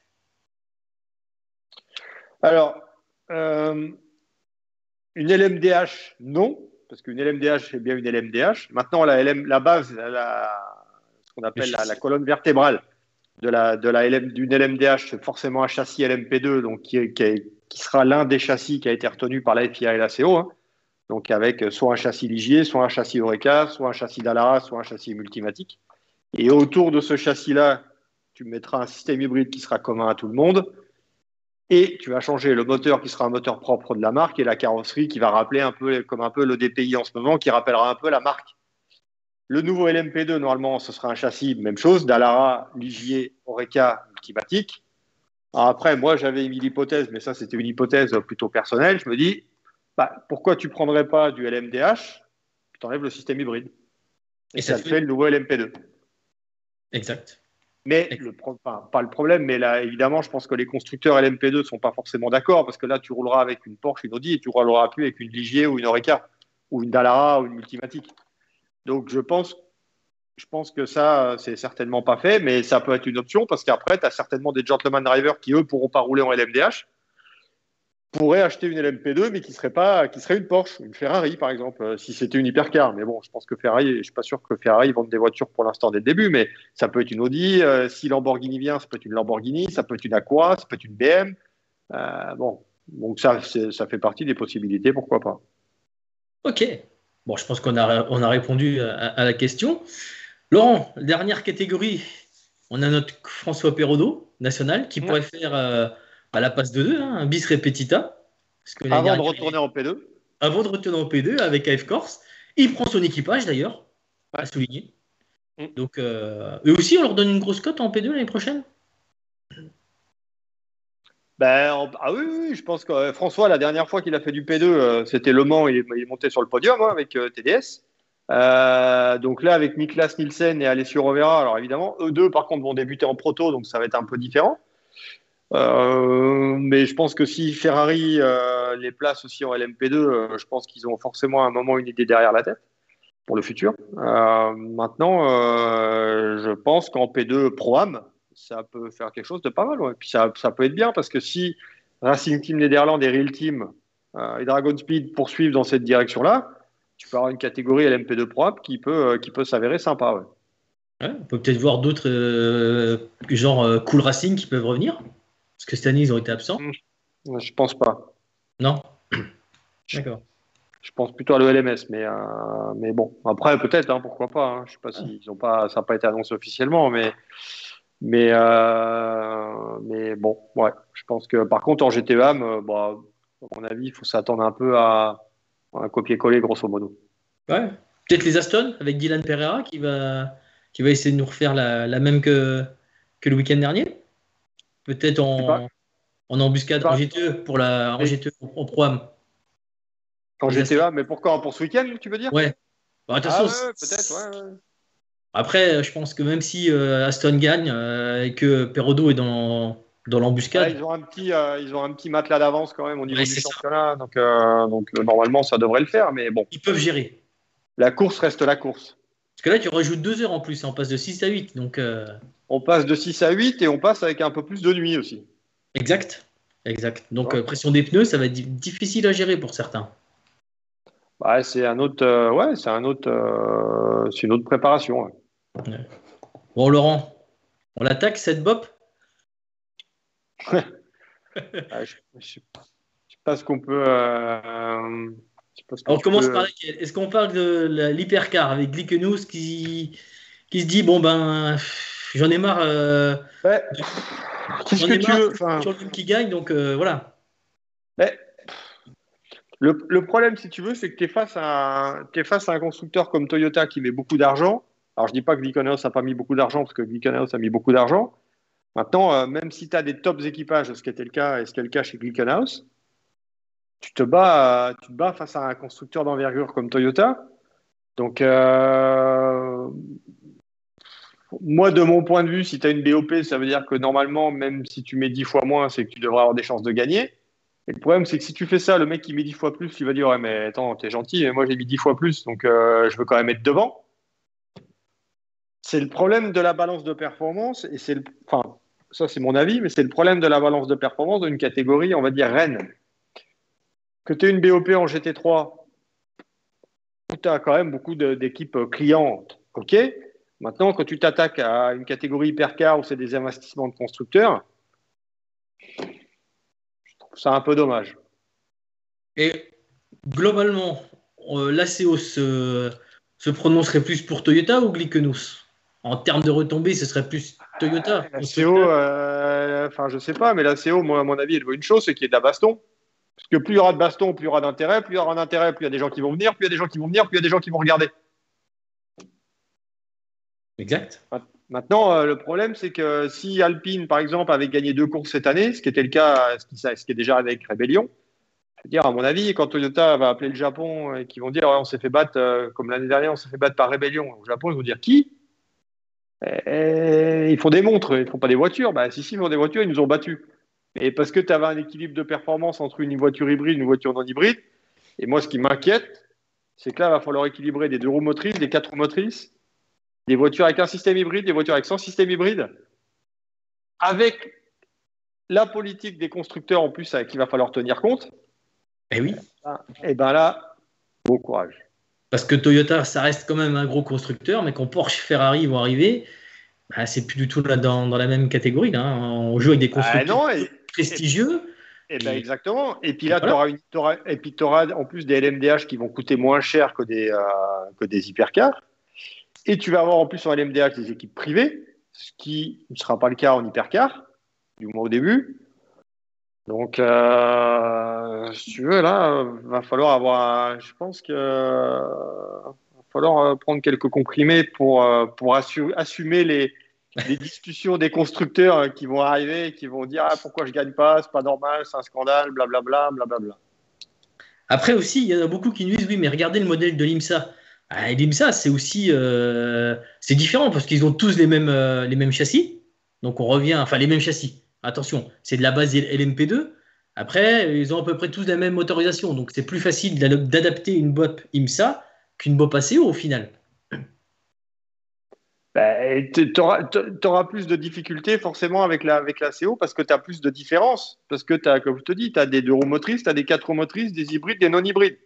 Alors, une LMDH, non, parce qu'une LMDH, c'est bien une LMDH. Maintenant, la base, ce qu'on appelle la colonne vertébrale d'une LMDH, c'est forcément un châssis LMP2, donc qui sera l'un des châssis qui a été retenu par la FIA et la CO. Hein. Donc, avec soit un châssis Ligier, soit un châssis Oreca, soit un châssis Dallara, soit un châssis Multimatic. Et autour de ce châssis-là, tu mettras un système hybride qui sera commun à tout le monde. Et tu vas changer le moteur qui sera un moteur propre de la marque et la carrosserie qui va rappeler un peu le DPI en ce moment, qui rappellera un peu la marque. Le nouveau LMP2, normalement, ce sera un châssis, même chose, Dallara, Ligier, Oreca, Multimatic. Alors après, moi, j'avais émis l'hypothèse, mais ça, c'était une hypothèse plutôt personnelle. Je me dis, pourquoi tu ne prendrais pas du LMDH, tu enlèves le système hybride. Et ça te fait le nouveau LMP2. Exact. Mais pas le problème, mais là, évidemment, je pense que les constructeurs LMP2 ne sont pas forcément d'accord parce que là, tu rouleras avec une Porsche, une Audi et tu rouleras plus avec une Ligier ou une Oreca ou une Dallara ou une Multimatic. Donc, je pense que ça, c'est certainement pas fait, mais ça peut être une option parce qu'après, tu as certainement des gentleman drivers qui, eux, pourront pas rouler en LMDH pourrait acheter une LMP2, mais qui serait une Porsche, une Ferrari, par exemple, si c'était une hypercar. Mais bon, je pense que Ferrari, je suis pas sûr que Ferrari vende des voitures pour l'instant dès le début, mais ça peut être une Audi. Si Lamborghini vient, ça peut être une Lamborghini, ça peut être une Aqua, ça peut être une BM. Bon, donc ça fait partie des possibilités, pourquoi pas. Ok. Bon, je pense qu'on a répondu à la question. Laurent, dernière catégorie. On a notre François Perraudot, national, qui Ouais. pourrait faire la passe de 2, un bis repetita. Parce que l'année Avant de dernière, retourner en P2. avant de retourner en P2 avec AF Corse, il prend son équipage d'ailleurs, à Ouais. souligner. Mm. Donc, eux aussi, on leur donne une grosse cote en P2 l'année prochaine. Ah oui, oui, oui, je pense que François, la dernière fois qu'il a fait du P2, c'était Le Mans, il est monté sur le podium avec TDS. Donc là, avec Niklas Nielsen et Alessio Rovera, alors évidemment, eux deux, par contre, vont débuter en proto, donc ça va être un peu différent. Mais je pense que si Ferrari les place aussi en LMP2, je pense qu'ils ont forcément à un moment une idée derrière la tête pour le futur. Maintenant, je pense qu'en P2 Pro-Am, ça peut faire quelque chose de pas mal. Ouais. Puis ça peut être bien parce que si Racing Team Nederland et Real Team et Dragon Speed poursuivent dans cette direction-là, tu peux avoir une catégorie LMP2 Pro-Am qui peut s'avérer sympa. Ouais. Ouais, on peut peut-être voir d'autres, genre Cool Racing, qui peuvent revenir. Parce que cette année, ils ont été absents. Je pense pas. Non? Je, D'accord. je pense plutôt à l'ELMS, mais bon. Après, peut-être, hein, pourquoi pas. Hein. Je sais pas Ah, s'ils ont pas, ça n'a pas été annoncé officiellement, mais bon, ouais. Je pense que par contre en GTEAM, bah, à mon avis, il faut s'attendre un peu à un copier-coller grosso modo. ouais. Peut-être les Aston avec Dylan Pereira qui va essayer de nous refaire la même que le week-end dernier. Peut-être Tu parles, en tu embuscade en parles, GTE en mais GTE en Pro-Am. en Les Aston. GTA, mais pourquoi? Pour ce week-end, tu veux dire? Ouais. Bon, Ah attention. ouais, ouais, peut-être, ouais, ouais. Après, je pense que même si Aston gagne et que Perrodo est dans Ouais, l'embuscade, ils ont un petit matelas d'avance quand même au niveau ouais, du c'est ça. championnat, donc normalement ça devrait le faire, mais bon, Ils peuvent gérer. la course reste la course. Parce que là, tu rajoutes 2 heures en plus, hein, on passe de 6 à 8. Donc, On passe de 6 à 8 et on passe avec un peu plus de nuit aussi. exact. Exact. Tu Donc, vois. pression des pneus, ça va être difficile à gérer pour certains. Ouais, c'est un autre, ouais, c'est une autre préparation. Ouais. Ouais. Bon, Laurent, on l'attaque, cette bop? Ah, je sais pas ce qu'on peut. Je sais pas ce que Alors, on tu commence peux. par laquelle? Est-ce qu'on parle de l'hypercar avec Glickenhaus qui se dit, bon, ben, j'en ai marre, Ouais, de- qu'est-ce j'en que ai tu marre veux? que c'est Enfin, toujours le même qui gagne, donc voilà. ouais, le problème, si tu veux, c'est que t'es face à un constructeur comme Toyota qui met beaucoup d'argent. Alors, je dis pas que Glickenhaus n'a pas mis beaucoup d'argent, parce que Glickenhaus a mis beaucoup d'argent. Maintenant, même si tu as des tops équipages, ce qui était le cas et ce qui est le cas chez Glickenhaus, tu te bats face à un constructeur d'envergure comme Toyota. Donc, moi, de mon point de vue, si tu as une BOP, ça veut dire que normalement, même si tu mets 10 fois moins, c'est que tu devrais avoir des chances de gagner. Et le problème, c'est que si tu fais ça, le mec qui met 10 fois plus, il va dire, ouais, mais attends, t'es gentil, mais moi j'ai mis 10 fois plus, donc je veux quand même être devant. C'est le problème de la balance de performance, et enfin, ça c'est mon avis, mais c'est le problème de la balance de performance d'une catégorie, on va dire, reine. Que tu aies une BOP en GT3, où tu as quand même beaucoup d'équipes clientes, ok. Maintenant, quand tu t'attaques à une catégorie hypercar où c'est des investissements de constructeurs, c'est un peu dommage. Et globalement, l'ACO se prononcerait plus pour Toyota ou Glickenhaus? En termes de retombées, ce serait plus Toyota, La CO, constructeur. enfin, je sais pas, mais la CO, moi, à mon avis, elle veut une chose, c'est qu'il y ait de la baston. Parce que plus il y aura de baston, plus il y aura d'intérêt, plus il y aura d'intérêt, plus il y a des gens qui vont venir, plus il y a des gens qui vont venir, plus il y a des gens qui vont regarder. Exact. Maintenant, le problème, c'est que si Alpine, par exemple, avait gagné 2 courses cette année, ce qui était le cas, ce qui est déjà avec Rébellion, je veux dire, à mon avis, quand Toyota va appeler le Japon et qu'ils vont dire, ouais, on s'est fait battre, comme l'année dernière, on s'est fait battre par Rébellion au Japon, ils vont dire qui? Ils font des montres, ils font pas des voitures. Bah, si, ils font des voitures, ils nous ont battus. Et parce que tu avais un équilibre de performance entre une voiture hybride et une voiture non hybride. Et moi, ce qui m'inquiète, c'est que là, il va falloir équilibrer des 2 roues motrices, des 4 roues motrices, des voitures avec un système hybride, des voitures avec sans système hybride, avec la politique des constructeurs en plus avec qui il va falloir tenir compte. Eh oui. Et ben là, bon courage. Parce que Toyota, ça reste quand même un gros constructeur, mais quand Porsche, Ferrari vont arriver, bah, c'est plus du tout là dans la même catégorie. Là, hein. On joue avec des constructeurs Non, prestigieux. Et ben exactement. Et puis là, Voilà. tu auras en plus des LMDH qui vont coûter moins cher que des hypercars. Et tu vas avoir en plus en LMDH des équipes privées, ce qui ne sera pas le cas en hypercar, du moins au début. Donc, si tu veux, là, va falloir je pense que va falloir prendre quelques comprimés pour assumer les discussions des constructeurs qui vont arriver et qui vont dire pourquoi je gagne pas, c'est pas normal, c'est un scandale, blablabla, blablabla. Après aussi, il y en a beaucoup qui nous disent oui, mais regardez le modèle de l'IMSA. Ah, et l'IMSA, c'est aussi c'est différent parce qu'ils ont tous les mêmes châssis. Donc on revient, enfin les mêmes châssis. Attention, c'est de la base LMP2. Après, ils ont à peu près tous la même motorisation. Donc c'est plus facile d'adapter une BOP IMSA qu'une BOP ACO au final. Tu auras plus de difficultés forcément avec la CO parce que tu as plus de différences. Parce que, comme je te dis, tu as des 2 roues motrices, tu as des 4 roues motrices, des hybrides, des non-hybrides.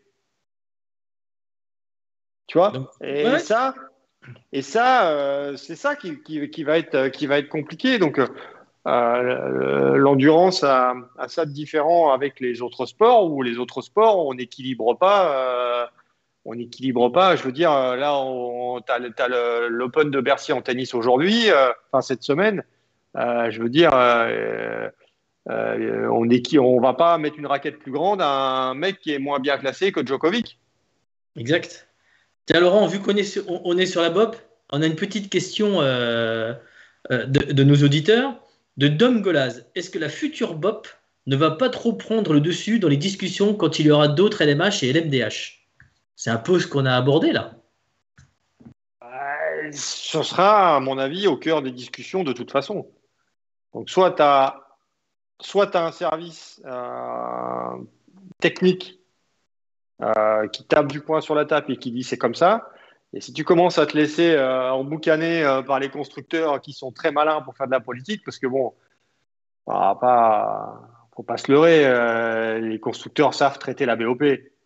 Tu vois? Donc, ouais. C'est ça qui va être compliqué. Donc, l'endurance a ça de différent avec les autres sports où les autres sports, on n'équilibre pas. Je veux dire, là, tu as l'Open de Bercy en tennis aujourd'hui, enfin cette semaine. Je veux dire, on va pas mettre une raquette plus grande à un mec qui est moins bien classé que Djokovic. Exact. Tiens, Laurent, vu on est sur la BOP, on a une petite question de nos auditeurs. De Dom Golaz, est-ce que la future BOP ne va pas trop prendre le dessus dans les discussions quand il y aura d'autres LMH et LMDH? C'est un peu ce qu'on a abordé là. Ce sera, à mon avis, au cœur des discussions de toute façon. Donc, soit tu as un service technique qui tape du poing sur la table et qui dit c'est comme ça. Et si tu commences à te laisser emboucaner par les constructeurs qui sont très malins pour faire de la politique, parce que bon, faut pas se leurrer, les constructeurs savent traiter la BOP.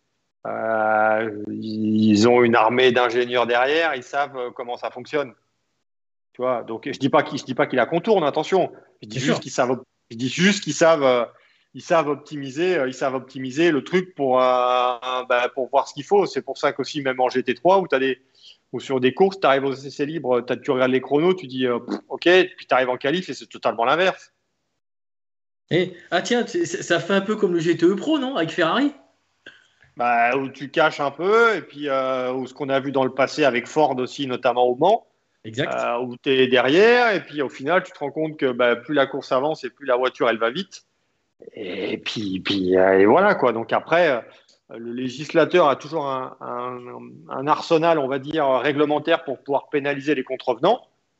Ils ont une armée d'ingénieurs derrière, ils savent comment ça fonctionne. Tu vois, donc je dis pas qu'ils la contournent, attention. Je dis juste qu'ils savent, ils savent optimiser, le truc pour voir ce qu'il faut. C'est pour ça qu'aussi même en GT3 ou sur des courses, tu arrives aux essais libres, tu regardes les chronos, tu dis ok, puis tu arrives en qualif et c'est totalement l'inverse. Tiens, ça fait un peu comme le GTE Pro, non? Avec Ferrari? Où tu caches un peu, et puis ou ce qu'on a vu dans le passé avec Ford aussi, notamment au Mans. Exact. Où tu es derrière, et puis au final, tu te rends compte que plus la course avance et plus la voiture, elle va vite. Et puis et voilà, quoi. Donc après, le législateur a toujours un arsenal, on va dire, réglementaire pour pouvoir pénaliser les contrevenants.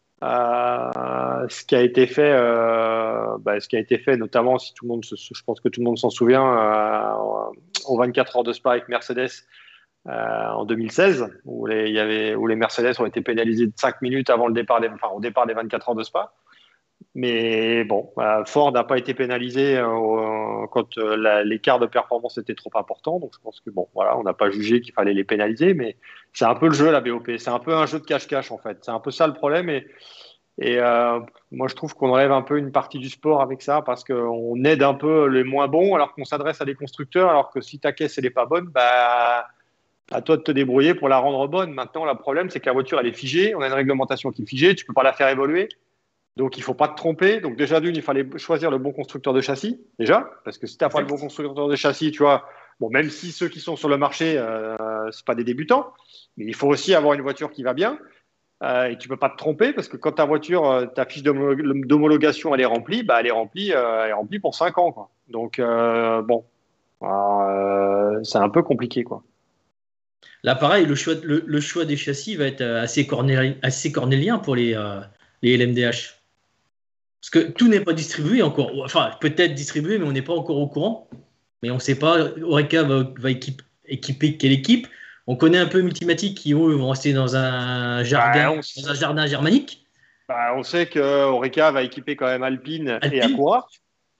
Ce qui a été fait notamment, si tout le monde je pense que tout le monde s'en souvient, aux 24 heures de Spa avec Mercedes en 2016, où les Mercedes ont été pénalisés de 5 minutes au départ des 24 heures de Spa. Mais bon, Ford n'a pas été pénalisé quand l'écart de performance était trop important. Donc je pense que bon, voilà, on n'a pas jugé qu'il fallait les pénaliser, mais c'est un peu le jeu, la BOP. C'est un peu un jeu de cache-cache en fait. C'est un peu ça le problème. Et moi, je trouve qu'on enlève un peu une partie du sport avec ça parce qu'on aide un peu les moins bons alors qu'on s'adresse à des constructeurs. Alors que si ta caisse elle est pas bonne, à toi de te débrouiller pour la rendre bonne. Maintenant, le problème, c'est que la voiture, elle est figée. On a une réglementation qui est figée. Tu peux pas la faire évoluer. Donc, il faut pas te tromper. Donc, déjà, il fallait choisir le bon constructeur de châssis, déjà. Parce que si tu n'as pas le bon constructeur de châssis, tu vois, bon, même si ceux qui sont sur le marché, c'est pas des débutants, mais il faut aussi avoir une voiture qui va bien. Et tu peux pas te tromper parce que quand ta voiture, ta fiche d'homologation, elle est remplie, elle est remplie pour 5 ans, quoi. Donc, bon, c'est un peu compliqué, quoi. Là, pareil, le choix des châssis va être assez cornélien pour les LMDH. Parce que tout n'est pas distribué encore. Enfin, peut-être distribué, mais on n'est pas encore au courant. Mais on ne sait pas, Oreca va équiper quelle équipe. On connaît un peu Multimatic qui, eux, vont rester dans un jardin germanique. On sait que Oreca va équiper quand même Alpine et Acura.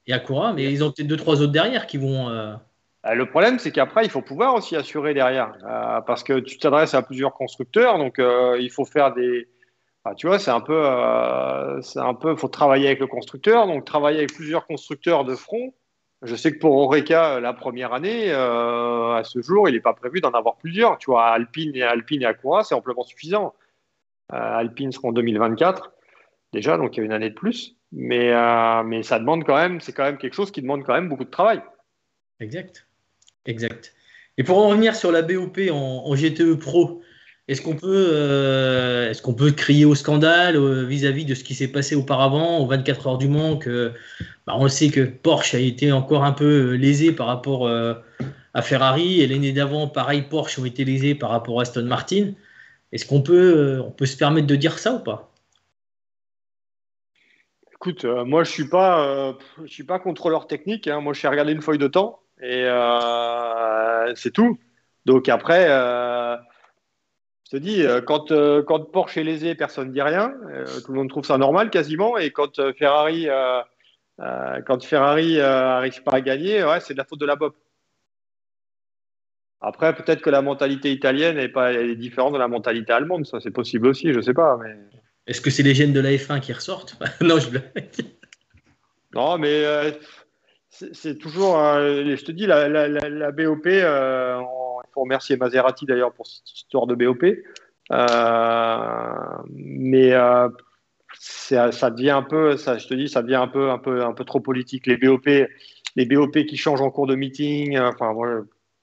et Acura, mais ils ont peut-être 2-3 autres derrière qui vont. Le problème, c'est qu'après, il faut pouvoir aussi assurer derrière, parce que tu t'adresses à plusieurs constructeurs, donc il faut faire des. Enfin, tu vois, faut travailler avec le constructeur, donc travailler avec plusieurs constructeurs de front. Je sais que pour Oreca, la première année, à ce jour, il n'est pas prévu d'en avoir plusieurs. Tu vois, Alpine et Acura, c'est amplement suffisant. Alpine sera en 2024 déjà, donc il y a une année de plus. Mais ça demande quand même, c'est quand même quelque chose qui demande quand même beaucoup de travail. Exact. Exact. Et pour en revenir sur la BOP en GTE Pro, est-ce qu'on peut crier au scandale vis-à-vis de ce qui s'est passé auparavant, aux 24 heures du Mans, que on le sait que Porsche a été encore un peu lésé par rapport à Ferrari, et l'année d'avant, pareil, Porsche ont été lésés par rapport à Aston Martin. Est-ce on peut se permettre de dire ça ou pas? Écoute, moi je suis pas contrôleur technique, hein. Moi je sais regarder une feuille de temps et c'est tout. Donc après, je te dis, quand Porsche est lésé, personne ne dit rien. Tout le monde trouve ça normal quasiment. Et quand Ferrari arrive pas à gagner, ouais, c'est de la faute de la BOP. Après, peut-être que la mentalité italienne est différente de la mentalité allemande. Ça, c'est possible aussi, je sais pas. Mais Est-ce que c'est les gènes de la F1 qui ressortent? Non, je blague. non, mais c'est toujours. Je te dis, la BOP. Il faut remercier Maserati d'ailleurs pour cette histoire de BOP. Mais ça devient un peu, ça, je te dis, ça devient un peu trop politique. Les BOP qui changent en cours de meeting. Enfin, voilà,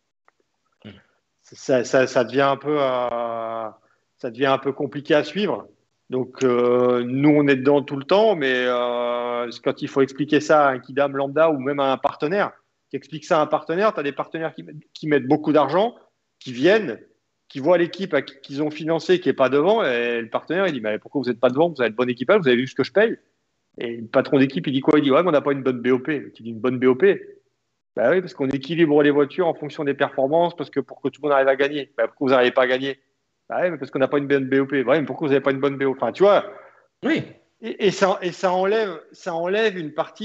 ça devient ça devient un peu compliqué à suivre. Donc, nous, on est dedans tout le temps, mais quand il faut expliquer ça à un kidam lambda ou même à un partenaire, tu expliques ça à un partenaire, tu as des partenaires qui mettent beaucoup d'argent, qui viennent, qui voient l'équipe qu'ils ont financée qui n'est pas devant, et le partenaire, il dit, mais pourquoi vous n'êtes pas devant? Vous avez de bonne équipage, vous avez vu ce que je paye? Et le patron d'équipe, il dit quoi? Il dit, ouais, mais on n'a pas une bonne BOP. Tu dis, une bonne BOP? Bah oui, parce qu'on équilibre les voitures en fonction des performances, parce que pour que tout le monde arrive à gagner. Bah, pourquoi vous n'arrivez pas à gagner? Bah oui, mais parce qu'on n'a pas une bonne BOP. Ouais, mais pourquoi vous n'avez pas une bonne BOP? Enfin, tu vois, Oui, ça enlève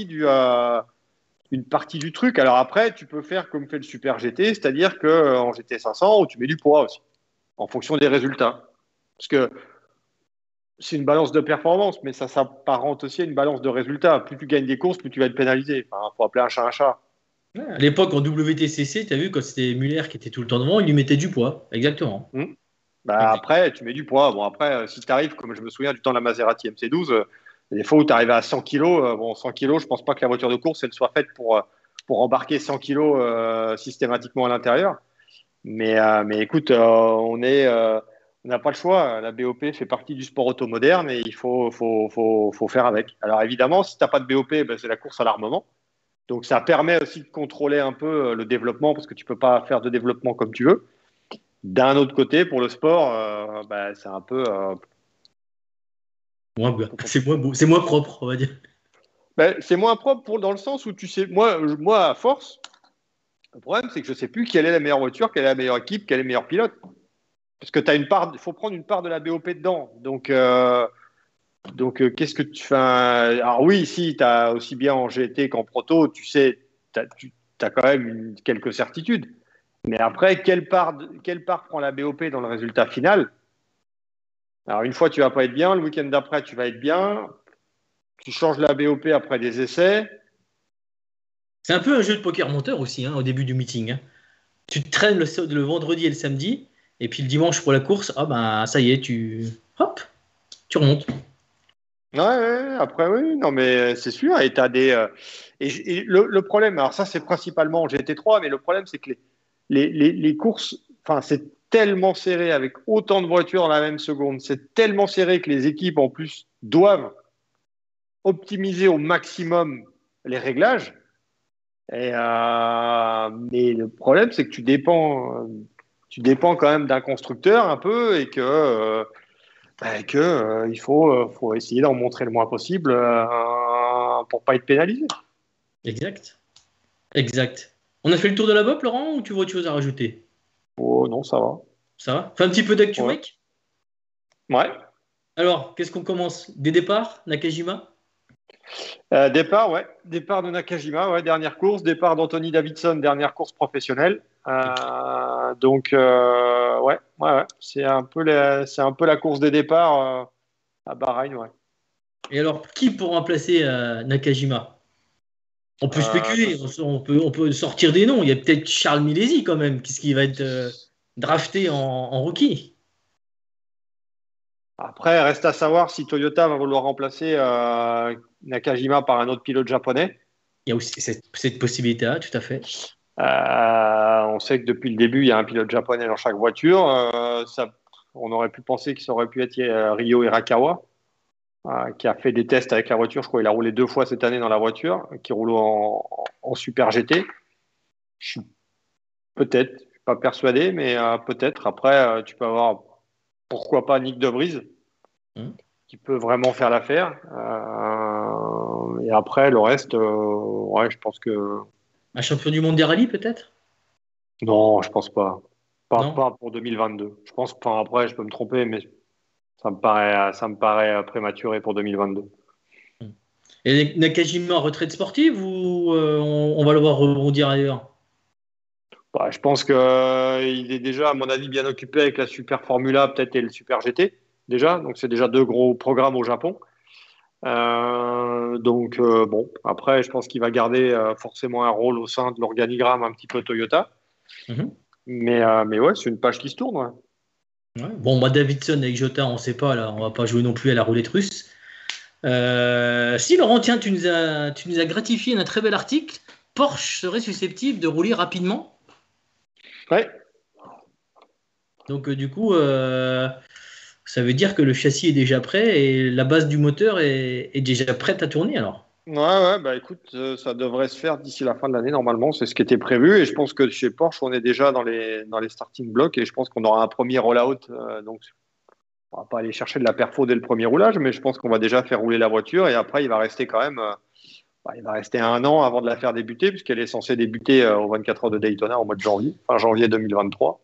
une partie du truc. Alors après, tu peux faire comme fait le Super GT, c'est-à-dire qu'en GT 500, tu mets du poids aussi, en fonction des résultats. Parce que c'est une balance de performance, mais ça s'apparente aussi à une balance de résultats. Plus tu gagnes des courses, plus tu vas être pénalisé. Enfin, faut appeler un chat un chat. ouais, à l'époque en WTCC, tu as vu, quand c'était Muller qui était tout le temps devant, il lui mettait du poids. Exactement. Hmm. Bah après, tu mets du poids. Bon, après, si tu arrives, comme je me souviens du temps de la Maserati MC12, des fois où tu arrives à 100 kilos, bon, 100 kilos, je pense pas que la voiture de course, elle soit faite pour embarquer 100 kilos systématiquement à l'intérieur. Mais écoute, on n'a pas le choix. La BOP fait partie du sport auto moderne et il faut faire avec. Alors évidemment, si tu n'as pas de BOP, ben, c'est la course à l'armement. Donc ça permet aussi de contrôler un peu le développement parce que tu peux pas faire de développement comme tu veux. D'un autre côté, pour le sport, bah, c'est un peu, Moins un beau. peu C'est compliqué. moins beau, c'est moins propre, on va dire. Bah, c'est moins propre dans le sens où tu sais, moi à force, le problème c'est que je sais plus quelle est la meilleure voiture, quelle est la meilleure équipe, quel est le meilleur pilote. Parce que tu as une part, il faut prendre une part de la BOP dedans. Donc, qu'est-ce que tu fais? Alors oui, si tu as aussi bien en GT qu'en proto, tu sais, tu as quand même quelques certitudes. Mais après, quelle part prend la BOP dans le résultat final? Alors une fois, tu vas pas être bien, le week-end d'après, tu vas être bien, tu changes la BOP après des essais. C'est un peu un jeu de poker monteur aussi, hein, au début du meeting, hein. Tu te traînes le vendredi et le samedi, et puis le dimanche pour la course, ah ben ça y est, hop, tu remontes. Ouais, ouais, après, oui, non, mais c'est sûr. Et t'as et le problème, alors ça, c'est principalement en GT3, mais le problème, c'est que les courses, enfin, c'est tellement serré avec autant de voitures dans la même seconde. C'est tellement serré que les équipes, en plus, doivent optimiser au maximum les réglages. Mais le problème, c'est que tu dépends quand même d'un constructeur un peu et que il faut essayer d'en montrer le moins possible pour pas être pénalisé. Exact. Exact. On a fait le tour de la BOP, Laurent, ou tu vois autre chose à rajouter? Oh non, ça va. Ça va? Fais un petit peu d'actu, Ouais. mec. Ouais. Alors, qu'est-ce qu'on commence? Des départs, Nakajima? Départ, ouais. Départ de Nakajima, ouais, dernière course. Départ d'Anthony Davidson, dernière course professionnelle. Donc, ouais. C'est un peu la course des départs à Bahreïn, ouais. Et alors, qui pour remplacer Nakajima? On peut Euh, spéculer, on peut sortir des noms. Il y a peut-être Charles Milesi quand même, qui va être drafté en rookie. Après, reste à savoir si Toyota va vouloir remplacer Nakajima par un autre pilote japonais. Il y a aussi cette possibilité-là, tout à fait. On sait que depuis le début, il y a un pilote japonais dans chaque voiture. On aurait pu penser que ça aurait pu être Ryo Hirakawa, qui a fait des tests avec la voiture. Je crois qu'il a roulé 2 fois cette année dans la voiture, qui roule en Super GT. Peut-être, je suis pas persuadé, mais peut-être. Après, tu peux avoir, pourquoi pas, Nick De Vries, Hum. qui peut vraiment faire l'affaire. Et après, le reste, ouais, je pense que Un champion du monde des rallyes, peut-être? non, je pense pas. Non? Pas pour 2022. Je pense, enfin, après, je peux me tromper, mais ça me paraît prématuré pour 2022. Hum. Et Nakajima en retraite sportive ou on va le voir rebondir ailleurs? Bah, je pense que il est déjà, à mon avis, bien occupé avec la Super Formula, peut-être, et le Super GT, déjà. Donc, c'est déjà 2 gros programmes au Japon. Bon, après, je pense qu'il va garder forcément un rôle au sein de l'organigramme un petit peu Toyota. Mhm. Mais ouais, c'est une page qui se tourne. Ouais. Ouais. Bon, moi, Davidson avec Jota, on ne sait pas, là, on va pas jouer non plus à la roulette russe. Si, Laurent, tiens, tu nous as gratifié d'un très bel article. Porsche serait susceptible de rouler rapidement. Ouais, Donc, du coup, ça veut dire que le châssis est déjà prêt et la base du moteur est déjà prête à tourner alors. ouais, bah écoute, ça devrait se faire d'ici la fin de l'année normalement, c'est ce qui était prévu. Et je pense que chez Porsche, on est déjà dans les starting blocks et je pense qu'on aura un premier rollout. Donc, on va pas aller chercher de la perfo dès le premier roulage, mais je pense qu'on va déjà faire rouler la voiture et après, il va rester quand même, il va rester 1 an avant de la faire débuter puisqu'elle est censée débuter aux 24 heures de Daytona au mois de janvier, fin janvier 2023.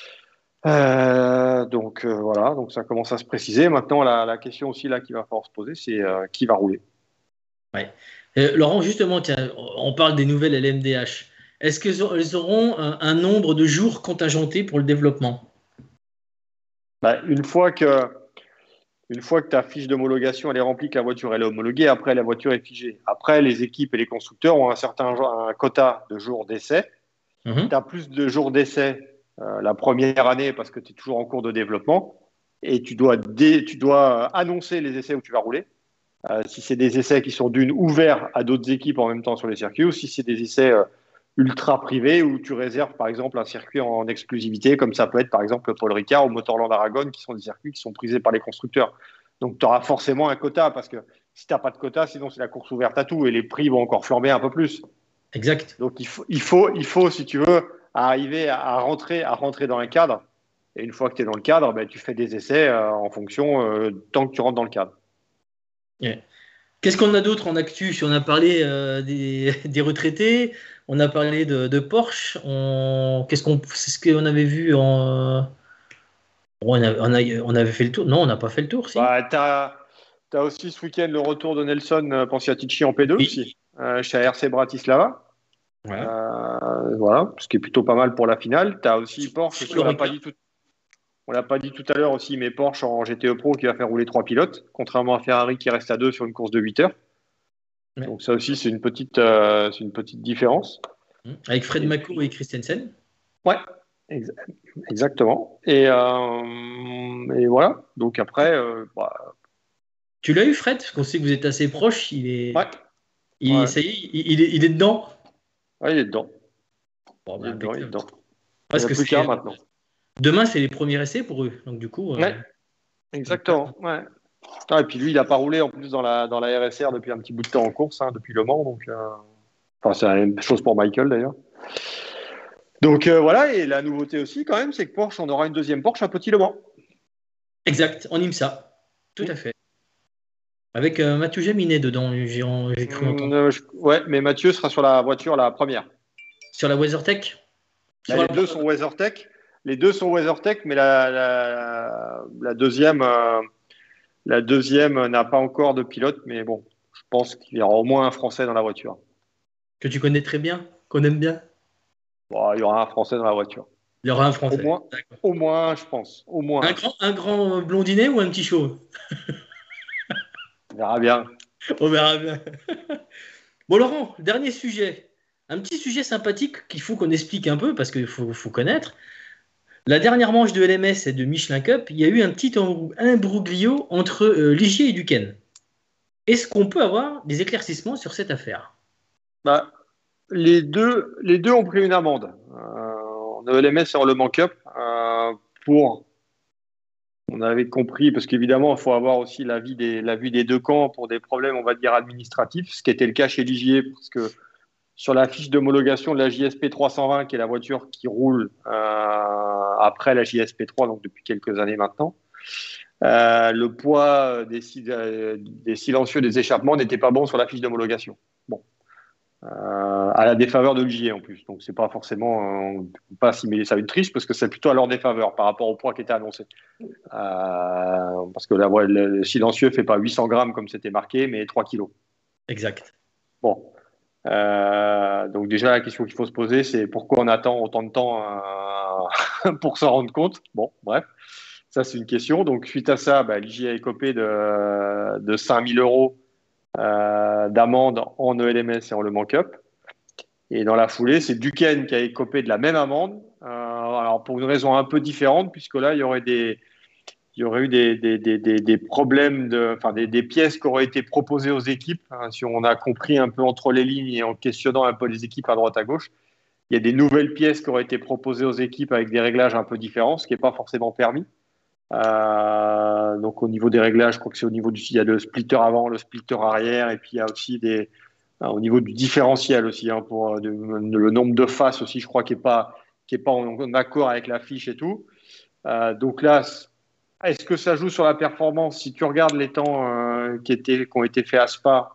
Voilà, donc ça commence à se préciser. Maintenant, la question aussi là qu'il va falloir se poser, c'est qui va rouler. Ouais. Laurent, justement, tiens, on parle des nouvelles LMDH. Est-ce qu'elles auront un nombre de jours contingentés pour le développement? Bah, une fois que ta fiche d'homologation elle est remplie, que la voiture elle est homologuée, après la voiture est figée. Après, les équipes et les constructeurs ont un quota de jours d'essai. Tu Mhm. as plus de jours d'essai la première année parce que tu es toujours en cours de développement et tu dois annoncer les essais où tu vas rouler. Si c'est des essais qui sont d'une ouverts à d'autres équipes en même temps sur les circuits, ou si c'est des essais ultra privés où tu réserves par exemple un circuit en exclusivité, comme ça peut être par exemple le Paul Ricard ou Motorland Aragon, qui sont des circuits qui sont prisés par les constructeurs. Donc tu auras forcément un quota, parce que si tu n'as pas de quota, sinon c'est la course ouverte à tout et les prix vont encore flamber un peu plus. Exact. Donc il faut, si tu veux, arriver à rentrer dans un cadre. Et une fois que tu es dans le cadre, ben, tu fais des essais en fonction tant que tu rentres dans le cadre. Ouais. Qu'est-ce qu'on a d'autre en actu? Si on a parlé des retraités, on a parlé de Porsche, c'est ce qu'on avait vu on avait fait le tour. Non, on n'a pas fait le tour, si? Bah, t'as aussi ce week-end le retour de Nelson Panciatici en P2 Oui. aussi, chez RC Bratislava. Voilà. Voilà, ce qui est plutôt pas mal pour la finale. Tu as aussi Porsche, Sur aussi, le on Ricard. l'a pas dit tout à l'heure aussi, mais Porsche en GTE Pro qui va faire rouler 3 pilotes, contrairement à Ferrari qui reste à 2 sur une course de 8 heures. Ouais. Donc ça aussi, c'est une petite différence. Avec Fred Et Mako puis, et Christensen. ouais, ex- exactement. Et voilà. Donc après, Tu l'as eu, Fred? Parce qu'on sait que vous êtes assez proches. ouais, ouais, Ça y est, il est dedans. ouais, il est dedans. Bon, Il est bah, dedans, il est impeccable. dedans. Il n'y Parce a que plus qu'un maintenant. demain, c'est les premiers essais pour eux. Donc, du coup, Ouais, voilà. exactement. Ouais. Ah, et puis lui, il n'a pas roulé en plus dans la RSR depuis un petit bout de temps en course, hein, depuis Le Mans. Donc, enfin, c'est la même chose pour Michael d'ailleurs. Donc voilà, et la nouveauté aussi quand même, c'est que Porsche, on aura une deuxième Porsche à Petit Le Mans. Exact, en IMSA. Tout à fait. Avec Mathieu Jaminet dedans, j'ai cru entendre. Ouais, mais Mathieu sera sur la voiture la première. Sur la WeatherTech? Là, Sur les la... deux sont WeatherTech. Les deux sont WeatherTech, mais la deuxième n'a pas encore de pilote. Mais bon, pense qu'il y aura au moins un Français dans la voiture. Que tu connais très bien, qu'on aime bien. Bon, il y aura un Français dans la voiture. Il y aura un Au Français. moins, D'accord. au moins, je pense. Au moins. Un grand blondinet ou un petit chauve? On verra bien. On verra bien. Bon, Laurent, dernier sujet. Un petit sujet sympathique qu'il faut qu'on explique un peu parce qu'il faut connaître. La dernière manche de LMS et de Michelin Cup, il y a eu un petit imbroglio entre Ligier et Duquesne. Est-ce qu'on peut avoir des éclaircissements sur cette affaire? Bah, les deux ont pris une amende. En ELMS et en Le Mans Cup pour. On avait compris, parce qu'évidemment, il faut avoir aussi l'avis des deux camps pour des problèmes, on va dire, administratifs, ce qui était le cas chez Ligier, parce que sur la fiche d'homologation de la JSP 320, qui est la voiture qui roule après la JSP 3, donc depuis quelques années maintenant, le poids des silencieux des échappements n'était pas bon sur la fiche d'homologation. Bon. À la défaveur de Ligier en plus. Donc c'est pas forcément, on ne peut pas assimiler ça à une triche parce que c'est plutôt à leur défaveur par rapport au poids qui était annoncé. Parce que le silencieux fait pas 800 grammes comme c'était marqué, mais 3 kilos. Exact. Bon. Donc déjà la question qu'il faut se poser, c'est pourquoi on attend autant de temps pour s'en rendre compte. Bon, bref. Ça, c'est une question. Donc, suite à ça, Ligier a écopé de 5 000 euros d'amende en ELMS et en Le Mans Cup. Et dans la foulée, c'est Duquesne qui a écopé de la même amende. Alors, pour une raison un peu différente, puisque là, il y aurait eu des problèmes, des pièces qui auraient été proposées aux équipes. Si on a compris un peu entre les lignes et en questionnant un peu les équipes à droite à gauche, il y a des nouvelles pièces qui auraient été proposées aux équipes avec des réglages un peu différents, ce qui n'est pas forcément permis. Donc au niveau des réglages, je crois que c'est il y a le splitter avant, le splitter arrière, et puis il y a aussi au niveau du différentiel aussi, pour le nombre de faces aussi, je crois qu'il n'est pas en accord avec la fiche et tout. Donc là, est-ce que ça joue sur la performance? Si tu regardes les temps qui ont été faits à Spa,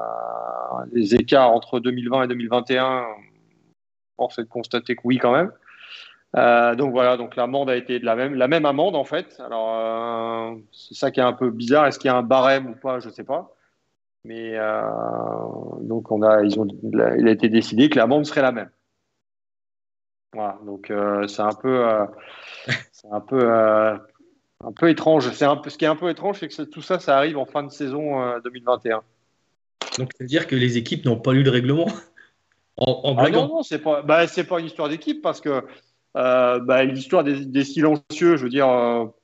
les écarts entre 2020 et 2021, force est de constater que oui quand même. Donc voilà, donc l'amende a été la même amende en fait. Alors c'est ça qui est un peu bizarre. Est-ce qu'il y a un barème ou pas? Je sais pas. Mais donc il a été décidé que l'amende serait la même. Voilà, donc c'est un peu étrange. Ce qui est un peu étrange, c'est que tout ça, ça arrive en fin de saison 2021. Donc, c'est-à-dire que les équipes n'ont pas lu le règlement en Ah non, blaguant. non, c'est pas une histoire d'équipe parce que l'histoire des silencieux, je veux dire.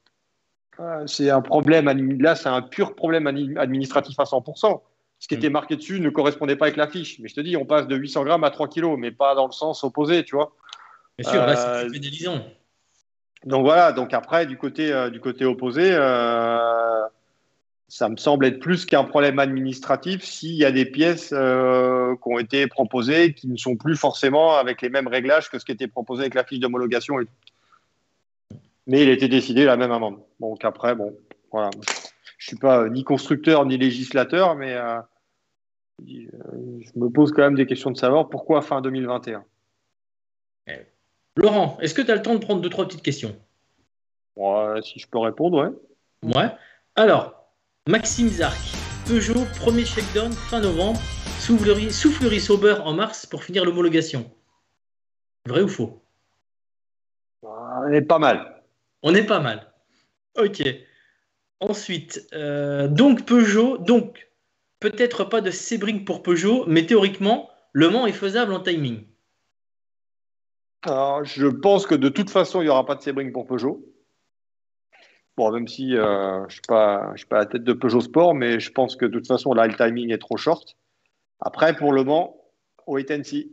C'est un problème, là, c'est un pur problème administratif à 100%. Ce qui était marqué dessus ne correspondait pas avec la fiche. Mais je te dis, on passe de 800 grammes à 3 kilos, mais pas dans le sens opposé, tu vois. Bien sûr, là, c'est plus pénalisant. Donc voilà, donc après, du côté opposé, ça me semble être plus qu'un problème administratif s'il y a des pièces qui ont été proposées qui ne sont plus forcément avec les mêmes réglages que ce qui était proposé avec la fiche d'homologation et tout. Mais il a été décidé la même amende. Donc après, bon, voilà. Je suis pas ni constructeur ni législateur, mais je me pose quand même des questions de savoir pourquoi fin 2021. Laurent, est-ce que tu as le temps de prendre deux, trois petites questions? Bon, si je peux répondre, ouais. Ouais. Alors, Maxime Zarc, Peugeot, premier shakedown fin novembre, soufflerie Sauber en mars pour finir l'homologation. Vrai ou faux? On est pas mal. On est pas mal. Ok. Ensuite, donc Peugeot, donc peut-être pas de Sebring pour Peugeot, mais théoriquement, Le Mans est faisable en timing. Alors, je pense que de toute façon, il n'y aura pas de Sebring pour Peugeot. Bon, même si je ne suis pas à la tête de Peugeot Sport, mais je pense que de toute façon, là, le timing est trop short. Après, pour Le Mans, wait and see.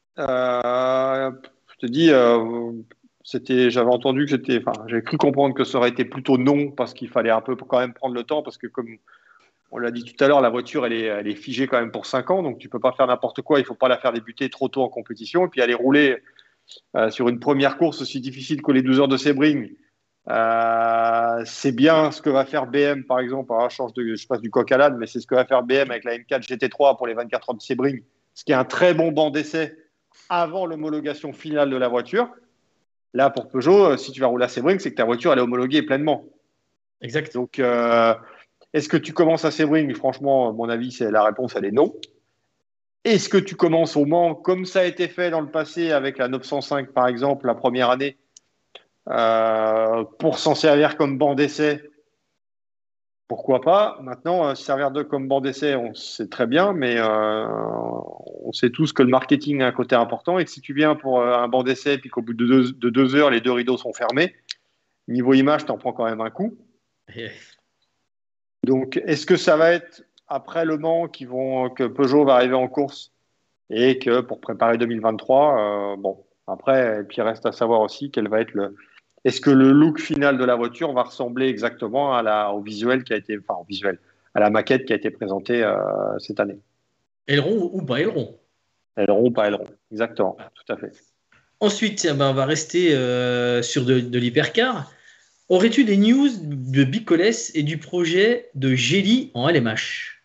Je te dis, j'avais entendu que j'avais cru comprendre que ça aurait été plutôt non parce qu'il fallait un peu quand même prendre le temps parce que comme on l'a dit tout à l'heure, la voiture elle est figée quand même pour 5 ans, donc tu peux pas faire n'importe quoi. Il faut pas la faire débuter trop tôt en compétition et puis aller rouler sur une première course aussi difficile que les 12 heures de Sebring. C'est bien ce que va faire BM par exemple. Alors, je passe du coq à l'âne, mais c'est ce que va faire BM avec la M4 GT3 pour les 24 heures de Sebring, ce qui est un très bon banc d'essai avant l'homologation finale de la voiture. Là, pour Peugeot, si tu vas rouler à Sebring, c'est que ta voiture elle est homologuée pleinement. Exact. Donc, Est-ce que tu commences à Sebring? Franchement, à mon avis, la réponse, elle est non. Est-ce que tu commences au Mans, comme ça a été fait dans le passé avec la 905, par exemple, la première année, pour s'en servir comme banc d'essai? Pourquoi pas? Maintenant, servir comme banc d'essai, on sait très bien, mais on sait tous que le marketing a un côté important et que si tu viens pour un banc d'essai puis qu'au bout de 2 heures, les 2 rideaux sont fermés, niveau image, tu en prends quand même un coup. Donc, est-ce que ça va être après Le Mans que Peugeot va arriver en course et que pour préparer 2023, bon, après, et puis il reste à savoir aussi quel va être est-ce que le look final de la voiture va ressembler exactement au visuel qui a été, enfin, au visuel, à la maquette qui a été présentée cette année? Aileron ou pas aileron. Aileron ou pas aileron? Exactement, tout à fait. Ensuite, on va rester sur de l'hypercar. Aurais-tu des news de Bicoles et du projet de Gély en LMH?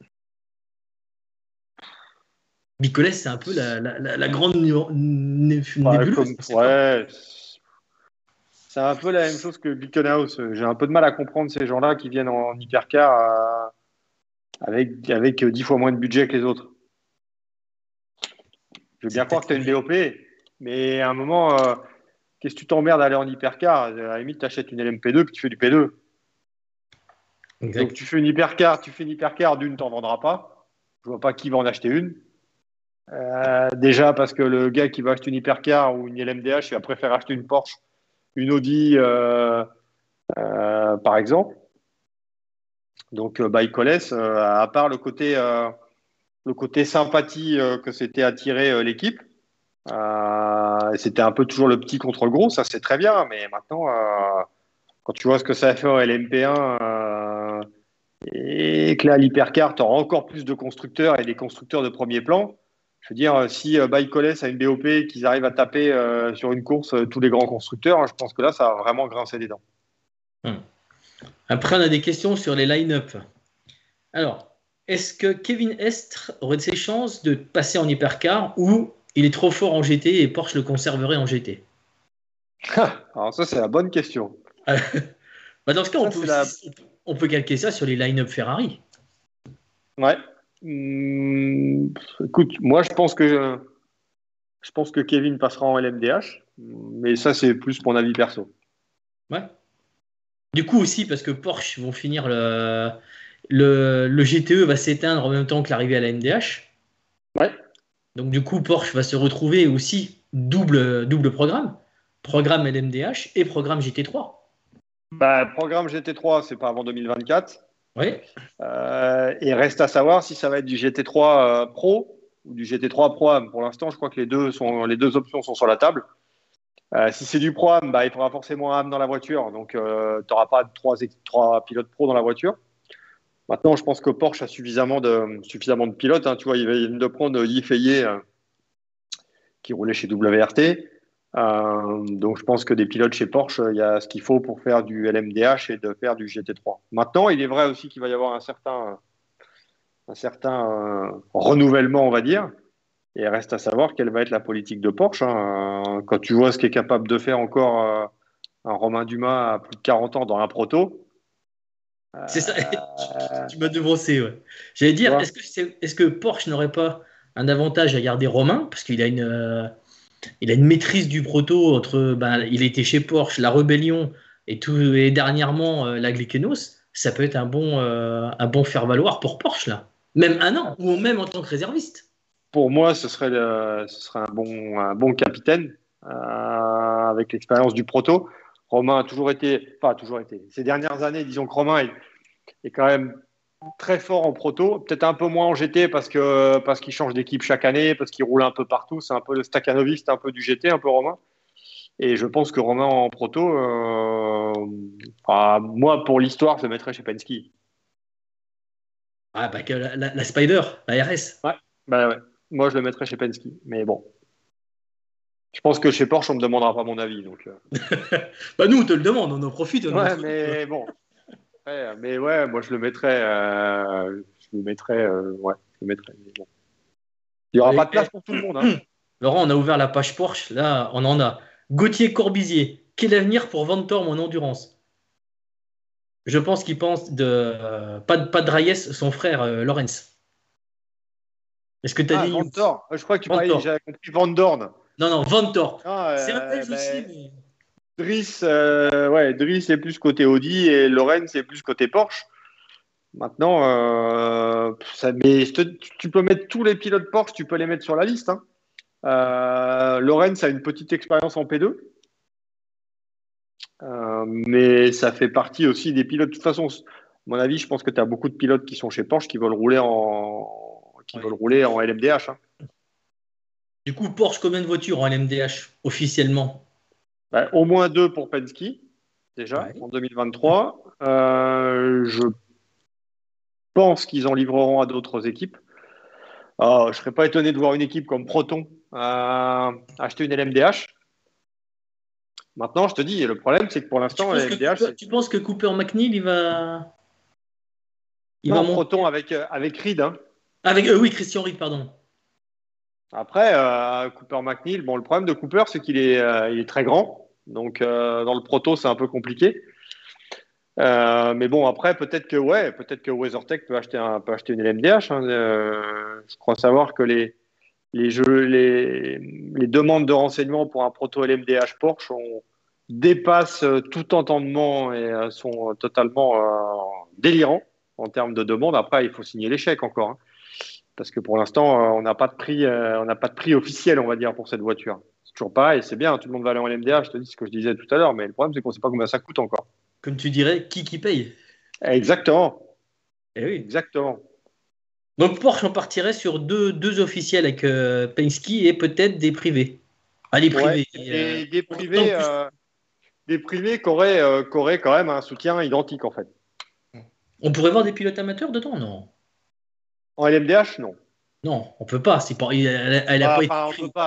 Bicoles, c'est un peu la grande nébuleuse. Ouais, c'est un peu la même chose que Beacon House. J'ai un peu de mal à comprendre ces gens-là qui viennent en hypercar avec 10 fois moins de budget que les autres. Je veux bien croire que tu as une BOP, mais à un moment, qu'est-ce que tu t'emmerdes à aller en hypercar? À la limite, tu achètes une LMP2 puis tu fais du P2. Exact. Donc tu fais une hypercar, d'une, t'en vendras pas. Je vois pas qui va en acheter une. Déjà parce que le gars qui va acheter une hypercar ou une LMDH, il va préférer acheter une Porsche, une Audi, par exemple. Donc, Bicoles, à part le côté sympathie que s'était attiré l'équipe, c'était un peu toujours le petit contre le gros, ça c'est très bien, mais maintenant, quand tu vois ce que ça a fait en LMP1 et que là, l'hypercar, tu auras encore plus de constructeurs et des constructeurs de premier plan. Je veux dire, si Bicoles a une BOP et qu'ils arrivent à taper sur une course tous les grands constructeurs, je pense que là, ça va vraiment grincer des dents. Après, on a des questions sur les line-up. Alors, est-ce que Kevin Estre aurait ses chances de passer en hypercar ou il est trop fort en GT et Porsche le conserverait en GT? Alors ça, c'est la bonne question. Dans ce cas, on peut calquer ça sur les line-up Ferrari. Ouais. Écoute, moi, je pense que Kevin passera en LMDH, mais ça, c'est plus mon avis perso. Ouais. Du coup aussi, parce que Porsche vont finir le GTE va s'éteindre en même temps que l'arrivée à la MDH. Ouais. Donc du coup, Porsche va se retrouver aussi double programme. Programme LMDH et programme GT3. Programme GT3, c'est pas avant 2024. Oui. Et reste à savoir si ça va être du GT3 Pro ou du GT3 Pro-Am. Pour l'instant, je crois que les deux options sont sur la table. Si c'est du Pro-Am, il faudra forcément un AM dans la voiture. Donc, tu n'auras pas trois pilotes pro dans la voiture. Maintenant, je pense que Porsche a suffisamment de pilotes. Hein. Tu vois, il vient de prendre Yi Fei qui roulait chez WRT. Donc, je pense que des pilotes chez Porsche, il y a ce qu'il faut pour faire du LMDH et de faire du GT3. Maintenant, il est vrai aussi qu'il va y avoir un certain renouvellement, on va dire. Et il reste à savoir quelle va être la politique de Porsche. Hein. Quand tu vois ce qu'est capable de faire encore un Romain Dumas à plus de 40 ans dans un proto. C'est ça, tu m'as devancé. Ouais. J'allais dire, est-ce que Porsche n'aurait pas un avantage à garder Romain parce qu'il a une maîtrise du proto entre, il était chez Porsche, la Rébellion et dernièrement la Glickenhaus. Ça peut être un bon faire-valoir pour Porsche là, même un an ou même en tant que réserviste. Pour moi, ce serait un bon capitaine avec l'expérience du proto. Romain a toujours été. Ces dernières années, disons que Romain est quand même très fort en proto, peut-être un peu moins en GT parce qu'il change d'équipe chaque année, parce qu'il roule un peu partout. C'est un peu le Stakhanovic, c'est un peu du GT, un peu Romain. Et je pense que Romain en proto, moi, pour l'histoire, je le mettrais chez Penske. La Spider, la RS. Ouais, ouais. Moi, je le mettrais chez Penske. Mais bon. Je pense que chez Porsche, on ne me demandera pas mon avis. Donc, nous, on te le demande, on en profite. Mais bon. Ouais, mais ouais, moi, je le mettrais. Ouais, je le mettrais. Mais bon. Il n'y aura pas de place pour tout le monde. Hein. Laurent, on a ouvert la page Porsche. Là, on en a. Gauthier Corbizier. Quel avenir pour Ventorm en endurance? Je pense qu'il pense pas de Reyes, son frère Lorenz. Est-ce que tu as Ah, des news? Vantor. Je crois que tu parlais, Vantor. j'avais compris Van Dorn. Non, non, Vantor. Non, C'est un Belge aussi, ben, mais. Driss est plus côté Audi et Lorenz c'est plus côté Porsche. Maintenant, tu peux mettre tous les pilotes Porsche, tu peux les mettre sur la liste, hein. Lorenz a une petite expérience en P2, mais ça fait partie aussi des pilotes. De toute façon, à mon avis, je pense que tu as beaucoup de pilotes qui sont chez Porsche qui Ouais. veulent rouler en LMDH, hein. Du coup, Porsche, combien de voitures en LMDH officiellement? Bah, au moins deux pour Penske, déjà, Ouais. en 2023. Je pense qu'ils en livreront à d'autres équipes. Je ne serais pas étonné de voir une équipe comme Proton acheter une LMDH. Maintenant, je te dis, le problème, c'est que pour l'instant, la LMDH, c'est. Tu penses que Cooper McNeil, il va Non, monter Proton avec Reed, hein. avec oui, Christian Rick, pardon. Après, Cooper McNeil, bon, le problème de Cooper, c'est il est très grand. Donc, dans le proto, c'est un peu compliqué. Mais bon, après, peut-être que WeatherTech peut acheter une LMDH, hein. Je crois savoir que les demandes de renseignements pour un proto LMDH Porsche dépassent tout entendement et sont totalement délirants en termes de demandes. Après, il faut signer les chèques encore, hein. Parce que pour l'instant, on n'a pas de prix, on n'a pas de prix officiel, on va dire, pour cette voiture. C'est toujours pareil, c'est bien, tout le monde va aller en LMDH, je te dis ce que je disais tout à l'heure, mais le problème, c'est qu'on ne sait pas combien ça coûte encore. Comme tu dirais, qui paye? Exactement, Eh oui. exactement. Donc Porsche, on partirait sur deux officiels avec Penske et peut-être des privés. Ah, les Ouais, privés. Tant plus. des privés qui auraient quand même un soutien identique, en fait. On pourrait voir des pilotes amateurs dedans? Non. En LMDH, non. Non, on peut pas. Elle a pas été Enfin, écrite.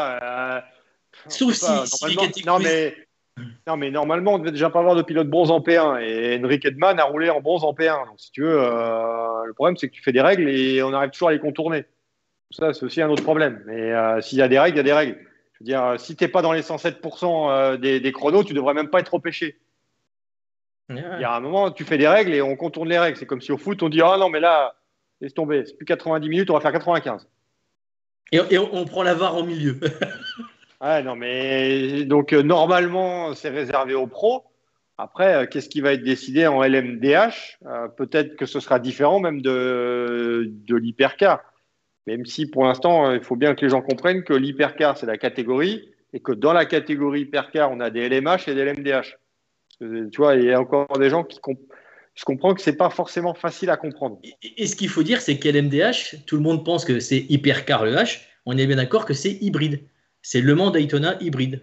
on Sauf peut pas. si les Normalement, catégories. non, mais normalement, on ne devait déjà pas avoir de pilote bronze en P1 et Henrik Edman a roulé en bronze en P1. Donc, si tu veux, le problème, c'est que tu fais des règles et on arrive toujours à les contourner. Ça, c'est aussi un autre problème. Mais s'il y a des règles, il y a des règles. Je veux dire, si tu n'es pas dans les 107% des chronos, tu devrais même pas être repêché. Il y Ouais. a un moment, tu fais des règles et on contourne les règles. C'est comme si au foot, on dit, ah non, mais là, laisse tomber, c'est plus 90 minutes, on va faire 95. Et on prend la VAR en milieu. Ouais, non, mais donc normalement, c'est réservé aux pros. Après, qu'est-ce qui va être décidé en LMDH? Peut-être que ce sera différent même de l'hypercar. Même si pour l'instant, il faut bien que les gens comprennent que l'hypercar, c'est la catégorie et que dans la catégorie hypercar, on a des LMH et des LMDH. Parce que, tu vois, il y a encore des gens je comprends que c'est pas forcément facile à comprendre. Et ce qu'il faut dire, c'est qu'LMDH, tout le monde pense que c'est hypercar le H. On est bien d'accord que c'est hybride. C'est Le Mans Daytona hybride.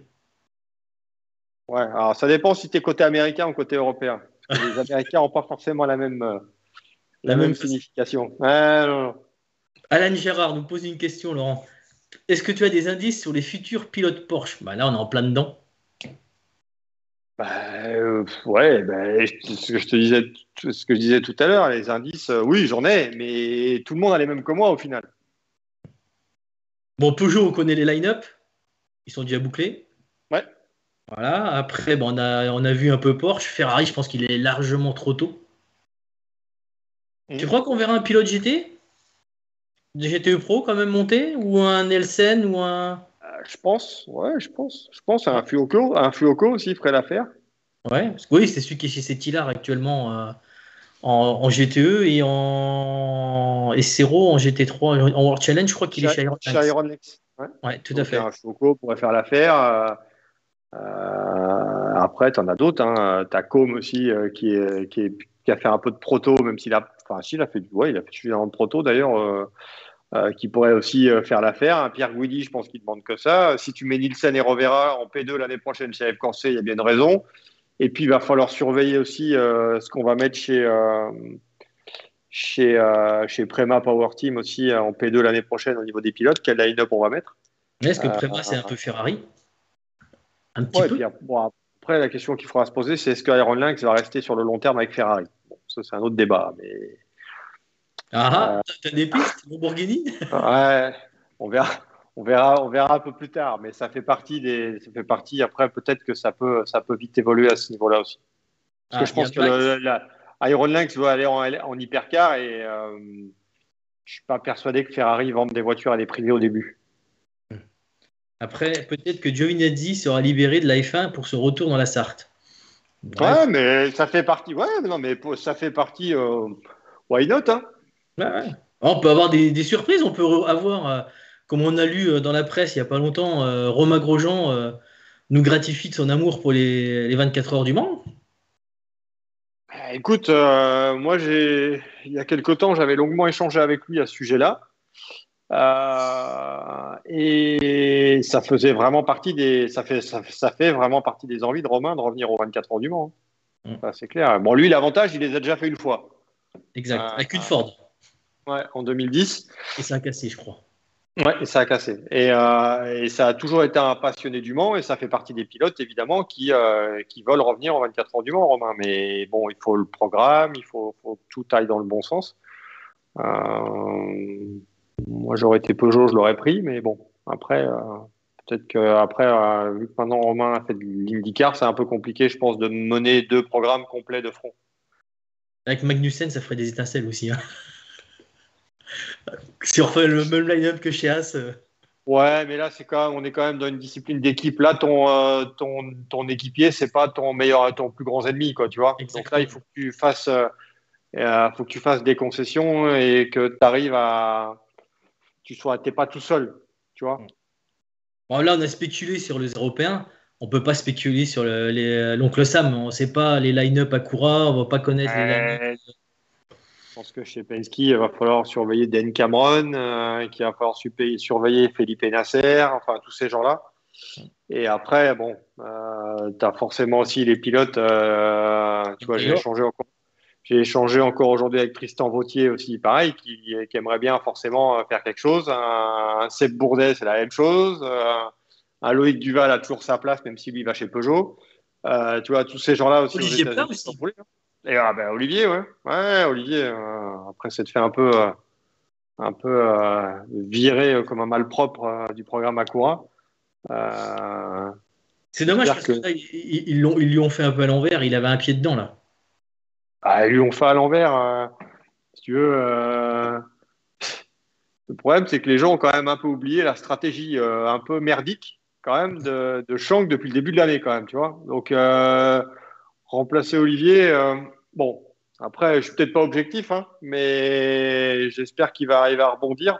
Ouais, alors ça dépend si tu es côté américain ou côté européen. Parce que les Américains n'ont pas forcément La la même même façon. signification. Ouais, non, non. Alan Gérard nous pose une question, Laurent. Est-ce que tu as des indices sur les futurs pilotes Porsche? Bah là, on est en plein dedans. Ouais, ce que je disais tout à l'heure, les indices, oui, j'en ai, mais tout le monde a les mêmes que moi au final. Bon, Peugeot, on connaît les line-up. Ils sont déjà bouclés. Ouais. Voilà. Après, bon, on a vu un peu Porsche. Ferrari, je pense qu'il est largement trop tôt. Tu Mhm. crois qu'on verra un pilote GT? Des GTE Pro quand même monté? Ou un Nelson? Ou un. Je pense, ouais, je pense. Je pense à un Fuoco aussi ferait l'affaire. Ouais, parce que oui, c'est celui qui est chez Cetilar actuellement en GTE et Cero en GT3 en World Challenge. Je crois qu'il est chez Iron Chez Lynx. Iron Lex. Ouais. Ouais, tout à Donc fait. un Fuoco pourrait faire l'affaire. Après, tu en as d'autres, hein. Tu as Com aussi qui a fait un peu de proto, même s'il a, enfin, s'il a fait il a fait suffisamment de proto d'ailleurs, qui pourrait aussi faire l'affaire. Un Pierre Guidi, je pense qu'il demande que ça. Si tu mets Nielsen et Rovera en P2 l'année prochaine chez F Corset, il y a bien une raison. Et puis, il va falloir surveiller aussi ce qu'on va mettre chez Prema Power Team aussi en P2 l'année prochaine au niveau des pilotes. Quel line-up on va mettre? Mais est-ce que Euh, Préma, c'est un peu Ferrari? Un petit ouais, et peu? puis bon, après, la question qu'il faudra se poser, c'est est-ce que Iron Lynx va rester sur le long terme avec Ferrari? Bon, ça, c'est un autre débat. Mais Ah, t'as des pistes, Lamborghini? ouais, on verra, on verra un peu plus tard. Mais ça fait partie. Après, peut-être que ça peut vite évoluer à ce niveau-là aussi. Parce que Ah, je il y a pense que Max. Iron Lynx veut aller en hypercar et je suis pas persuadé que Ferrari vende des voitures à des privés au début. Après, peut-être que Giovinazzi sera libéré de la F1 pour ce retour dans la Sarthe. Bref. Ouais, mais ça fait partie. Ouais, mais non, mais ça fait partie. Why not, hein? Ouais, ouais. On peut avoir des surprises. On peut avoir, comme on a lu dans la presse il n'y a pas longtemps, Romain Grosjean nous gratifie de son amour pour les 24 heures du Mans. Écoute, moi, il y a quelque temps, j'avais longuement échangé avec lui à ce sujet-là. Et ça faisait vraiment partie ça fait vraiment partie des envies de Romain de revenir aux 24 heures du Mans, hein. Mm. Ça, c'est clair. Bon, lui, l'avantage, il les a déjà fait une fois. Exact. Euh, Avec une Ford. ouais, en 2010. Et ça a cassé, je crois. Ouais, et ça a cassé. Et ça a toujours été un passionné du Mans et ça fait partie des pilotes, évidemment, qui veulent revenir en 24 heures du Mans, Romain. Mais bon, il faut le programme, faut que tout aille dans le bon sens. Moi, j'aurais été Peugeot, je l'aurais pris, mais bon, après, peut-être qu'après, vu que maintenant Romain a fait de l'IndyCar, c'est un peu compliqué, je pense, de mener 2 programmes complets de front. Avec Magnussen, ça ferait des étincelles aussi, hein. Si on refait le même line-up que chez As. Ouais, mais là, on est quand même dans une discipline d'équipe. Là, ton équipier, c'est pas ton plus grand ennemi, quoi, tu vois. Donc là, Exactement. il faut que tu fasses des concessions et que tu arrives t'es pas tout seul, tu vois. Bon, là, on a spéculé sur les Européens. On peut pas spéculer sur l'oncle Sam. On ne sait pas les line-up à Cura. On va pas connaître les line-up. Je pense que chez Penske, il va falloir surveiller Dan Cameron, qu'il va falloir surveiller Felipe Nasser, enfin tous ces gens-là. Et après, bon, tu as forcément aussi les pilotes. Tu vois, j'ai échangé encore aujourd'hui avec Tristan Vautier aussi, pareil, qui aimerait bien forcément faire quelque chose. Un Seb Bourdet, c'est la même chose. Un Loïc Duval a toujours sa place, même si lui va chez Peugeot. Tu vois, tous ces gens-là aussi aux Olivier Plat États-Unis sont aussi. roulés, hein. Et Olivier, ouais. Ouais, Olivier, après s'être fait un peu viré comme un malpropre du programme Acura. C'est dommage J'espère parce que. que là, ils lui ont fait un peu à l'envers. Il avait un pied dedans, là. Ah, ils lui ont fait à l'envers. Si tu veux, le problème, c'est que les gens ont quand même un peu oublié la stratégie un peu merdique, quand même, de Shank depuis le début de l'année, quand même, tu vois. Donc, remplacer Olivier, bon, après, je suis peut-être pas objectif, hein, mais j'espère qu'il va arriver à rebondir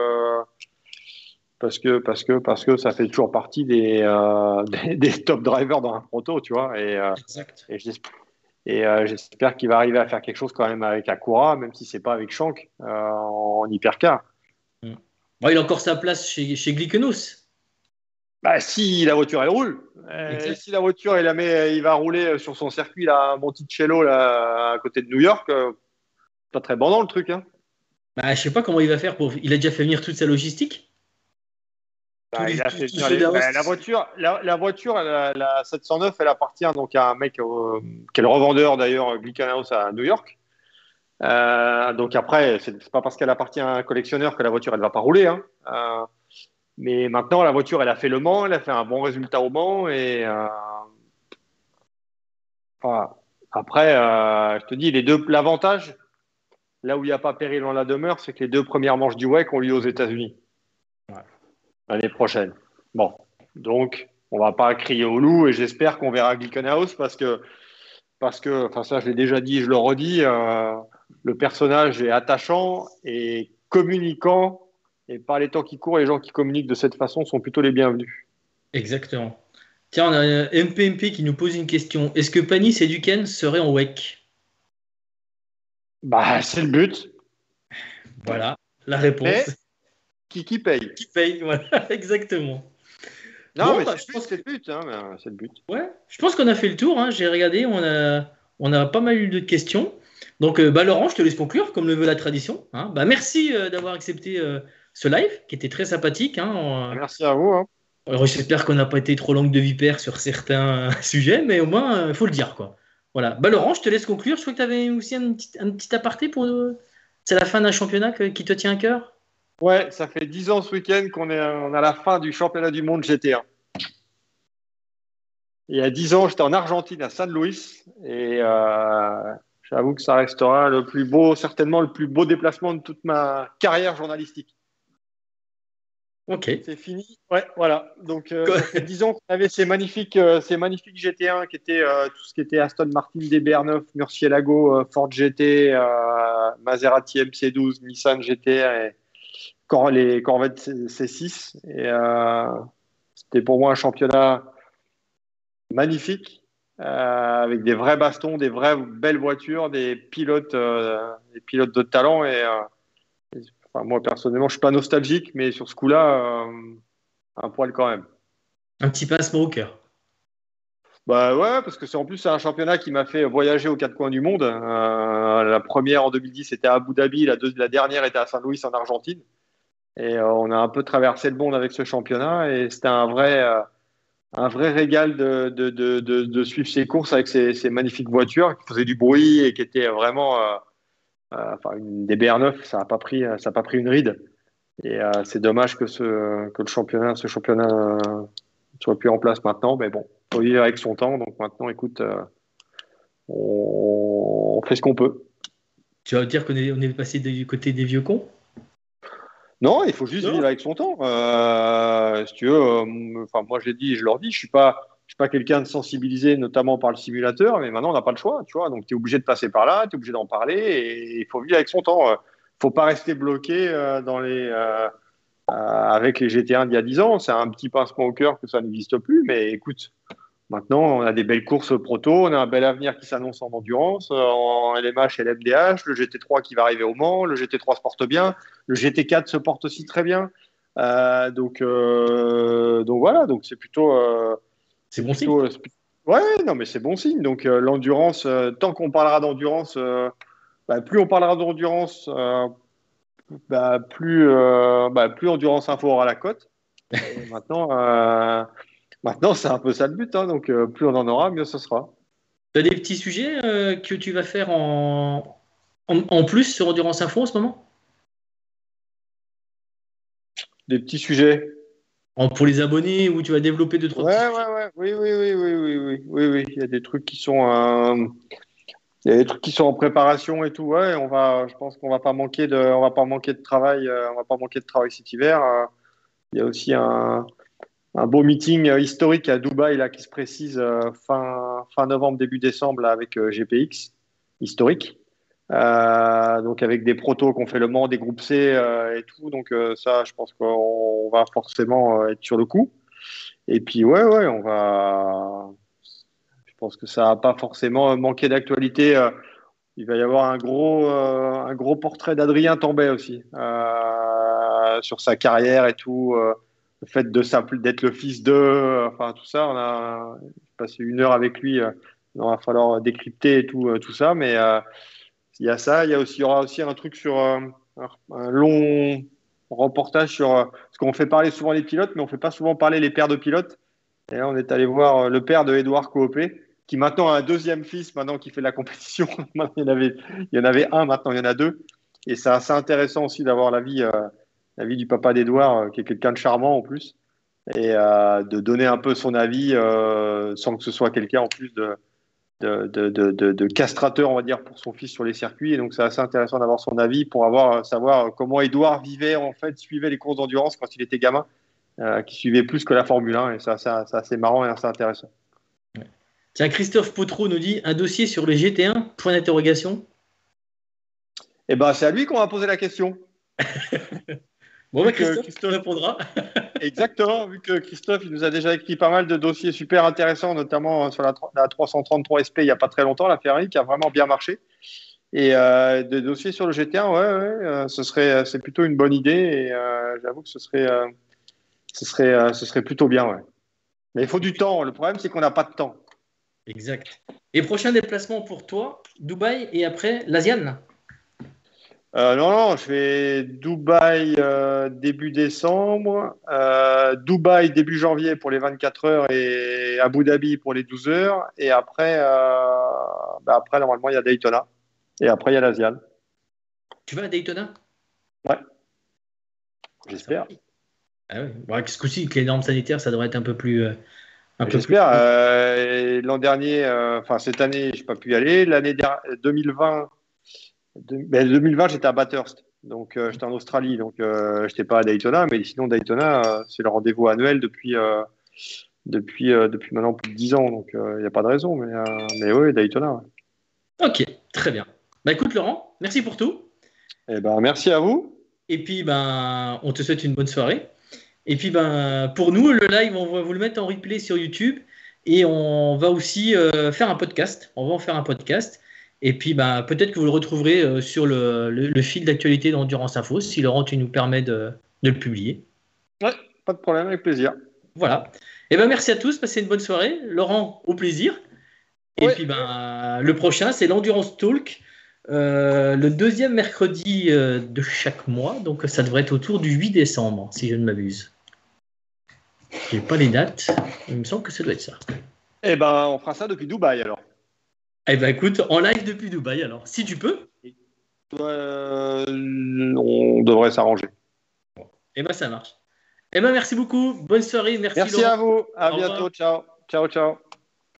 parce que ça fait toujours partie des top drivers dans un proto, tu vois. Exact. Et j'espère qu'il va arriver à faire quelque chose quand même avec Acura, même si c'est pas avec Shank en hypercar. Mm. Bon, il a encore sa place chez Glickenhaus. Bah, si la voiture elle roule, Exact. si la voiture il va rouler sur son circuit là, à Monticello là, à côté de New York, pas très bandant le truc, hein. Bah, je sais pas comment il va faire pour. Il a déjà fait venir toute sa logistique. Bah, il a fait Tous venir ceux d'Aoste. la voiture, la 709, elle appartient donc à un mec qui est le revendeur d'ailleurs, Glickenhaus à New York. Donc après, c'est pas parce qu'elle appartient à un collectionneur que la voiture elle va pas rouler, hein. Mais maintenant la voiture elle a fait le Mans, elle a fait un bon résultat au Mans et voilà. Après, je te dis l'avantage là où il n'y a pas péril dans la demeure, c'est que les 2 premières manches du WEC ont lieu aux États-Unis Ouais. l'année prochaine. Bon, donc on va pas crier au loup et j'espère qu'on verra Glickenhaus enfin ça je l'ai déjà dit, je le redis, le personnage est attachant et communicant et par les temps qui courent, les gens qui communiquent de cette façon sont plutôt les bienvenus. Exactement. Tiens, on a un MPMP qui nous pose une question. Est-ce que Panis et Duquesne seraient en WEC? Bah c'est le but, Voilà, la mais réponse. qui paye? Qui paye? Voilà, exactement. Non Bon, mais bah, je pense c'est le but, hein, mais, c'est le but. ouais, je pense qu'on a fait le tour, hein. J'ai regardé, on a pas mal eu de questions. Donc, bah, Laurent, je te laisse conclure, comme le veut la tradition, hein. Bah, merci d'avoir accepté ce live, qui était très sympathique, hein. Merci à vous, hein. Alors, j'espère qu'on n'a pas été trop langue de vipère sur certains sujets, mais au moins, il faut le dire, quoi. Voilà. Bah, Laurent, je te laisse conclure. Je crois que tu avais aussi un petit aparté pour. C'est la fin d'un championnat qui te tient à cœur? Ouais, ça fait 10 ans ce week-end on a la fin du championnat du monde GT1. Il y a 10 ans, j'étais en Argentine, à San Luis, et J'avoue que ça restera le plus beau, certainement le plus beau déplacement de toute ma carrière journalistique. Ok. C'est fini. Ouais, voilà. Donc, ça fait 10 ans qu'on avait ces magnifiques GT1 qui étaient tout ce qui était Aston Martin DBR9, Murcielago, Ford GT, Maserati MC12, Nissan GTR et les Corvette C6. Et c'était pour moi un championnat magnifique avec des vrais bastons, des vraies belles voitures, des pilotes de talent. Enfin, moi, personnellement, je suis pas nostalgique, mais sur ce coup-là, un poil quand même. Un petit passement au cœur. Bah ouais, parce que en plus c'est un championnat qui m'a fait voyager aux quatre coins du monde. La première en 2010 était à Abu Dhabi, la dernière était à Saint-Louis en Argentine. Et on a un peu traversé le monde avec ce championnat et c'était un vrai régal de suivre ces courses avec ces magnifiques voitures qui faisaient du bruit et qui étaient vraiment, enfin une DBR9, ça a pas pris une ride. Et c'est dommage que ce championnat soit plus en place maintenant, mais bon, faut vivre avec son temps. Donc maintenant, écoute, on fait ce qu'on peut. Tu vas dire on est passé du côté des vieux cons? Non, il faut juste Non. vivre avec son temps. Si tu veux, enfin moi j'ai dit, je leur dis, je suis pas quelqu'un de sensibilisé, notamment par le simulateur, mais maintenant on n'a pas le choix, tu vois. Donc tu es obligé de passer par là, tu es obligé d'en parler, et il faut vivre avec son temps. Faut pas rester bloqué avec les GT1 d'il y a 10 ans. C'est un petit pincement au cœur que ça n'existe plus, mais écoute. Maintenant, on a des belles courses proto, on a un bel avenir qui s'annonce en endurance, en LMH et LMDH, le GT3 qui va arriver au Mans, le GT3 se porte bien, le GT4 se porte aussi très bien. Donc voilà, donc C'est bon signe. Ouais, non, mais c'est bon signe. Donc l'endurance, tant qu'on parlera d'endurance, plus on parlera d'endurance, plus Endurance Info aura la cote. Et maintenant, c'est un peu ça le but, hein, donc plus on en aura, mieux ce sera. Tu as des petits sujets que tu vas faire en plus sur Endurance Info en ce moment? Des petits sujets. Pour les abonnés, où tu vas développer deux, trois petits Ouais, sujets? ouais, ouais, oui. Il y a des trucs il y a des trucs qui sont en préparation et tout. Ouais, je pense qu'on on va pas manquer de travail, on va pas manquer de travail cet hiver. Il y a aussi un beau meeting historique à Dubaï là qui se précise fin novembre, début décembre là, avec GPX historique. Donc avec des protos qu'on fait le Mans, des groupes C et tout. Donc ça, je pense qu'on va forcément être sur le coup. Et puis ouais, on va. Je pense que ça va pas forcément manquer d'actualité. Il va y avoir un gros portrait d'Adrien Tambay aussi sur sa carrière et tout. Le fait d'être le fils de, enfin tout ça. On a passé 1 heure avec lui. Il va falloir décrypter et tout ça. Mais il y a ça. Il y aura aussi un truc sur un long reportage sur parce qu'on fait parler souvent les pilotes, mais on fait pas souvent parler les pères de pilotes. Et là, on est allé voir le père de Édouard Coopé, qui maintenant a un deuxième fils, maintenant qui fait de la compétition. Il y en avait un, maintenant il y en a deux. Et c'est assez intéressant aussi d'avoir la vie du papa d'Édouard, qui est quelqu'un de charmant en plus, et de donner un peu son avis sans que ce soit quelqu'un en plus de castrateur, on va dire, pour son fils sur les circuits. Et donc c'est assez intéressant d'avoir son avis pour savoir comment Édouard vivait, en fait, suivait les courses d'endurance quand il était gamin, qui suivait plus que la Formule 1. Et c'est assez marrant et assez intéressant. Tiens, Christophe Potreau nous dit un dossier sur les GT1, point d'interrogation. Eh ben, c'est à lui qu'on va poser la question. Bon, Vu bah, que Christophe, tu Christophe, répondras. exactement, vu que Christophe, il nous a déjà écrit pas mal de dossiers super intéressants, notamment sur la 333 SP il n'y a pas très longtemps, la Ferrari, qui a vraiment bien marché. Et des dossiers sur le GT1, c'est plutôt une bonne idée. Et j'avoue que ce serait plutôt bien, ouais. Mais il faut du temps. Le problème, c'est qu'on n'a pas de temps. Exact. Et prochain déplacement pour toi, Dubaï et après l'Asian. Non, je fais Dubaï début décembre, Dubaï début janvier pour les 24 heures et Abu Dhabi pour les 12 heures. Et après normalement, il y a Daytona. Et après, il y a l'Asian. Tu vas à Daytona? Ouais, Ah, ça va. j'espère. Ah ouais. Bon, ce coup-ci, avec les normes sanitaires, ça devrait être un peu plus Un peu plus. J'espère. L'an dernier, cette année, je n'ai pas pu y aller. L'année 2020, 2020, j'étais à Bathurst. Donc, j'étais en Australie. Donc, je n'étais pas à Daytona. Mais sinon, Daytona, c'est le rendez-vous annuel depuis maintenant plus de 10 ans. Donc, il n'y a pas de raison. Mais oui, Daytona. Ouais. Ok, très bien. Bah écoute, Laurent, merci pour tout. Eh ben, merci à vous. Et puis, ben, on te souhaite une bonne soirée. Et puis, ben, pour nous, le live, on va vous le mettre en replay sur YouTube. Et on va aussi faire un podcast. On va en faire un podcast. Et puis, ben, peut-être que vous le retrouverez sur le fil d'actualité d'Endurance Info, si Laurent, tu nous permets de le publier. Ouais, pas de problème, avec plaisir. Voilà. Et ben, merci à tous. Passez une bonne soirée. Laurent, au plaisir. Et Ouais. puis, ben, le prochain, c'est l'Endurance Talk. Le deuxième mercredi de chaque mois. Donc, ça devrait être autour du 8 décembre, si je ne m'abuse. Je n'ai pas les dates. Il me semble que ça doit être ça. Eh ben, on fera ça depuis Dubaï alors. Eh ben écoute, en live depuis Dubaï alors, si tu peux. On devrait s'arranger. Eh ben ça marche. Eh ben merci beaucoup, bonne soirée, merci Merci Laurent. à vous, à Au bientôt, revoir. ciao, ciao, ciao.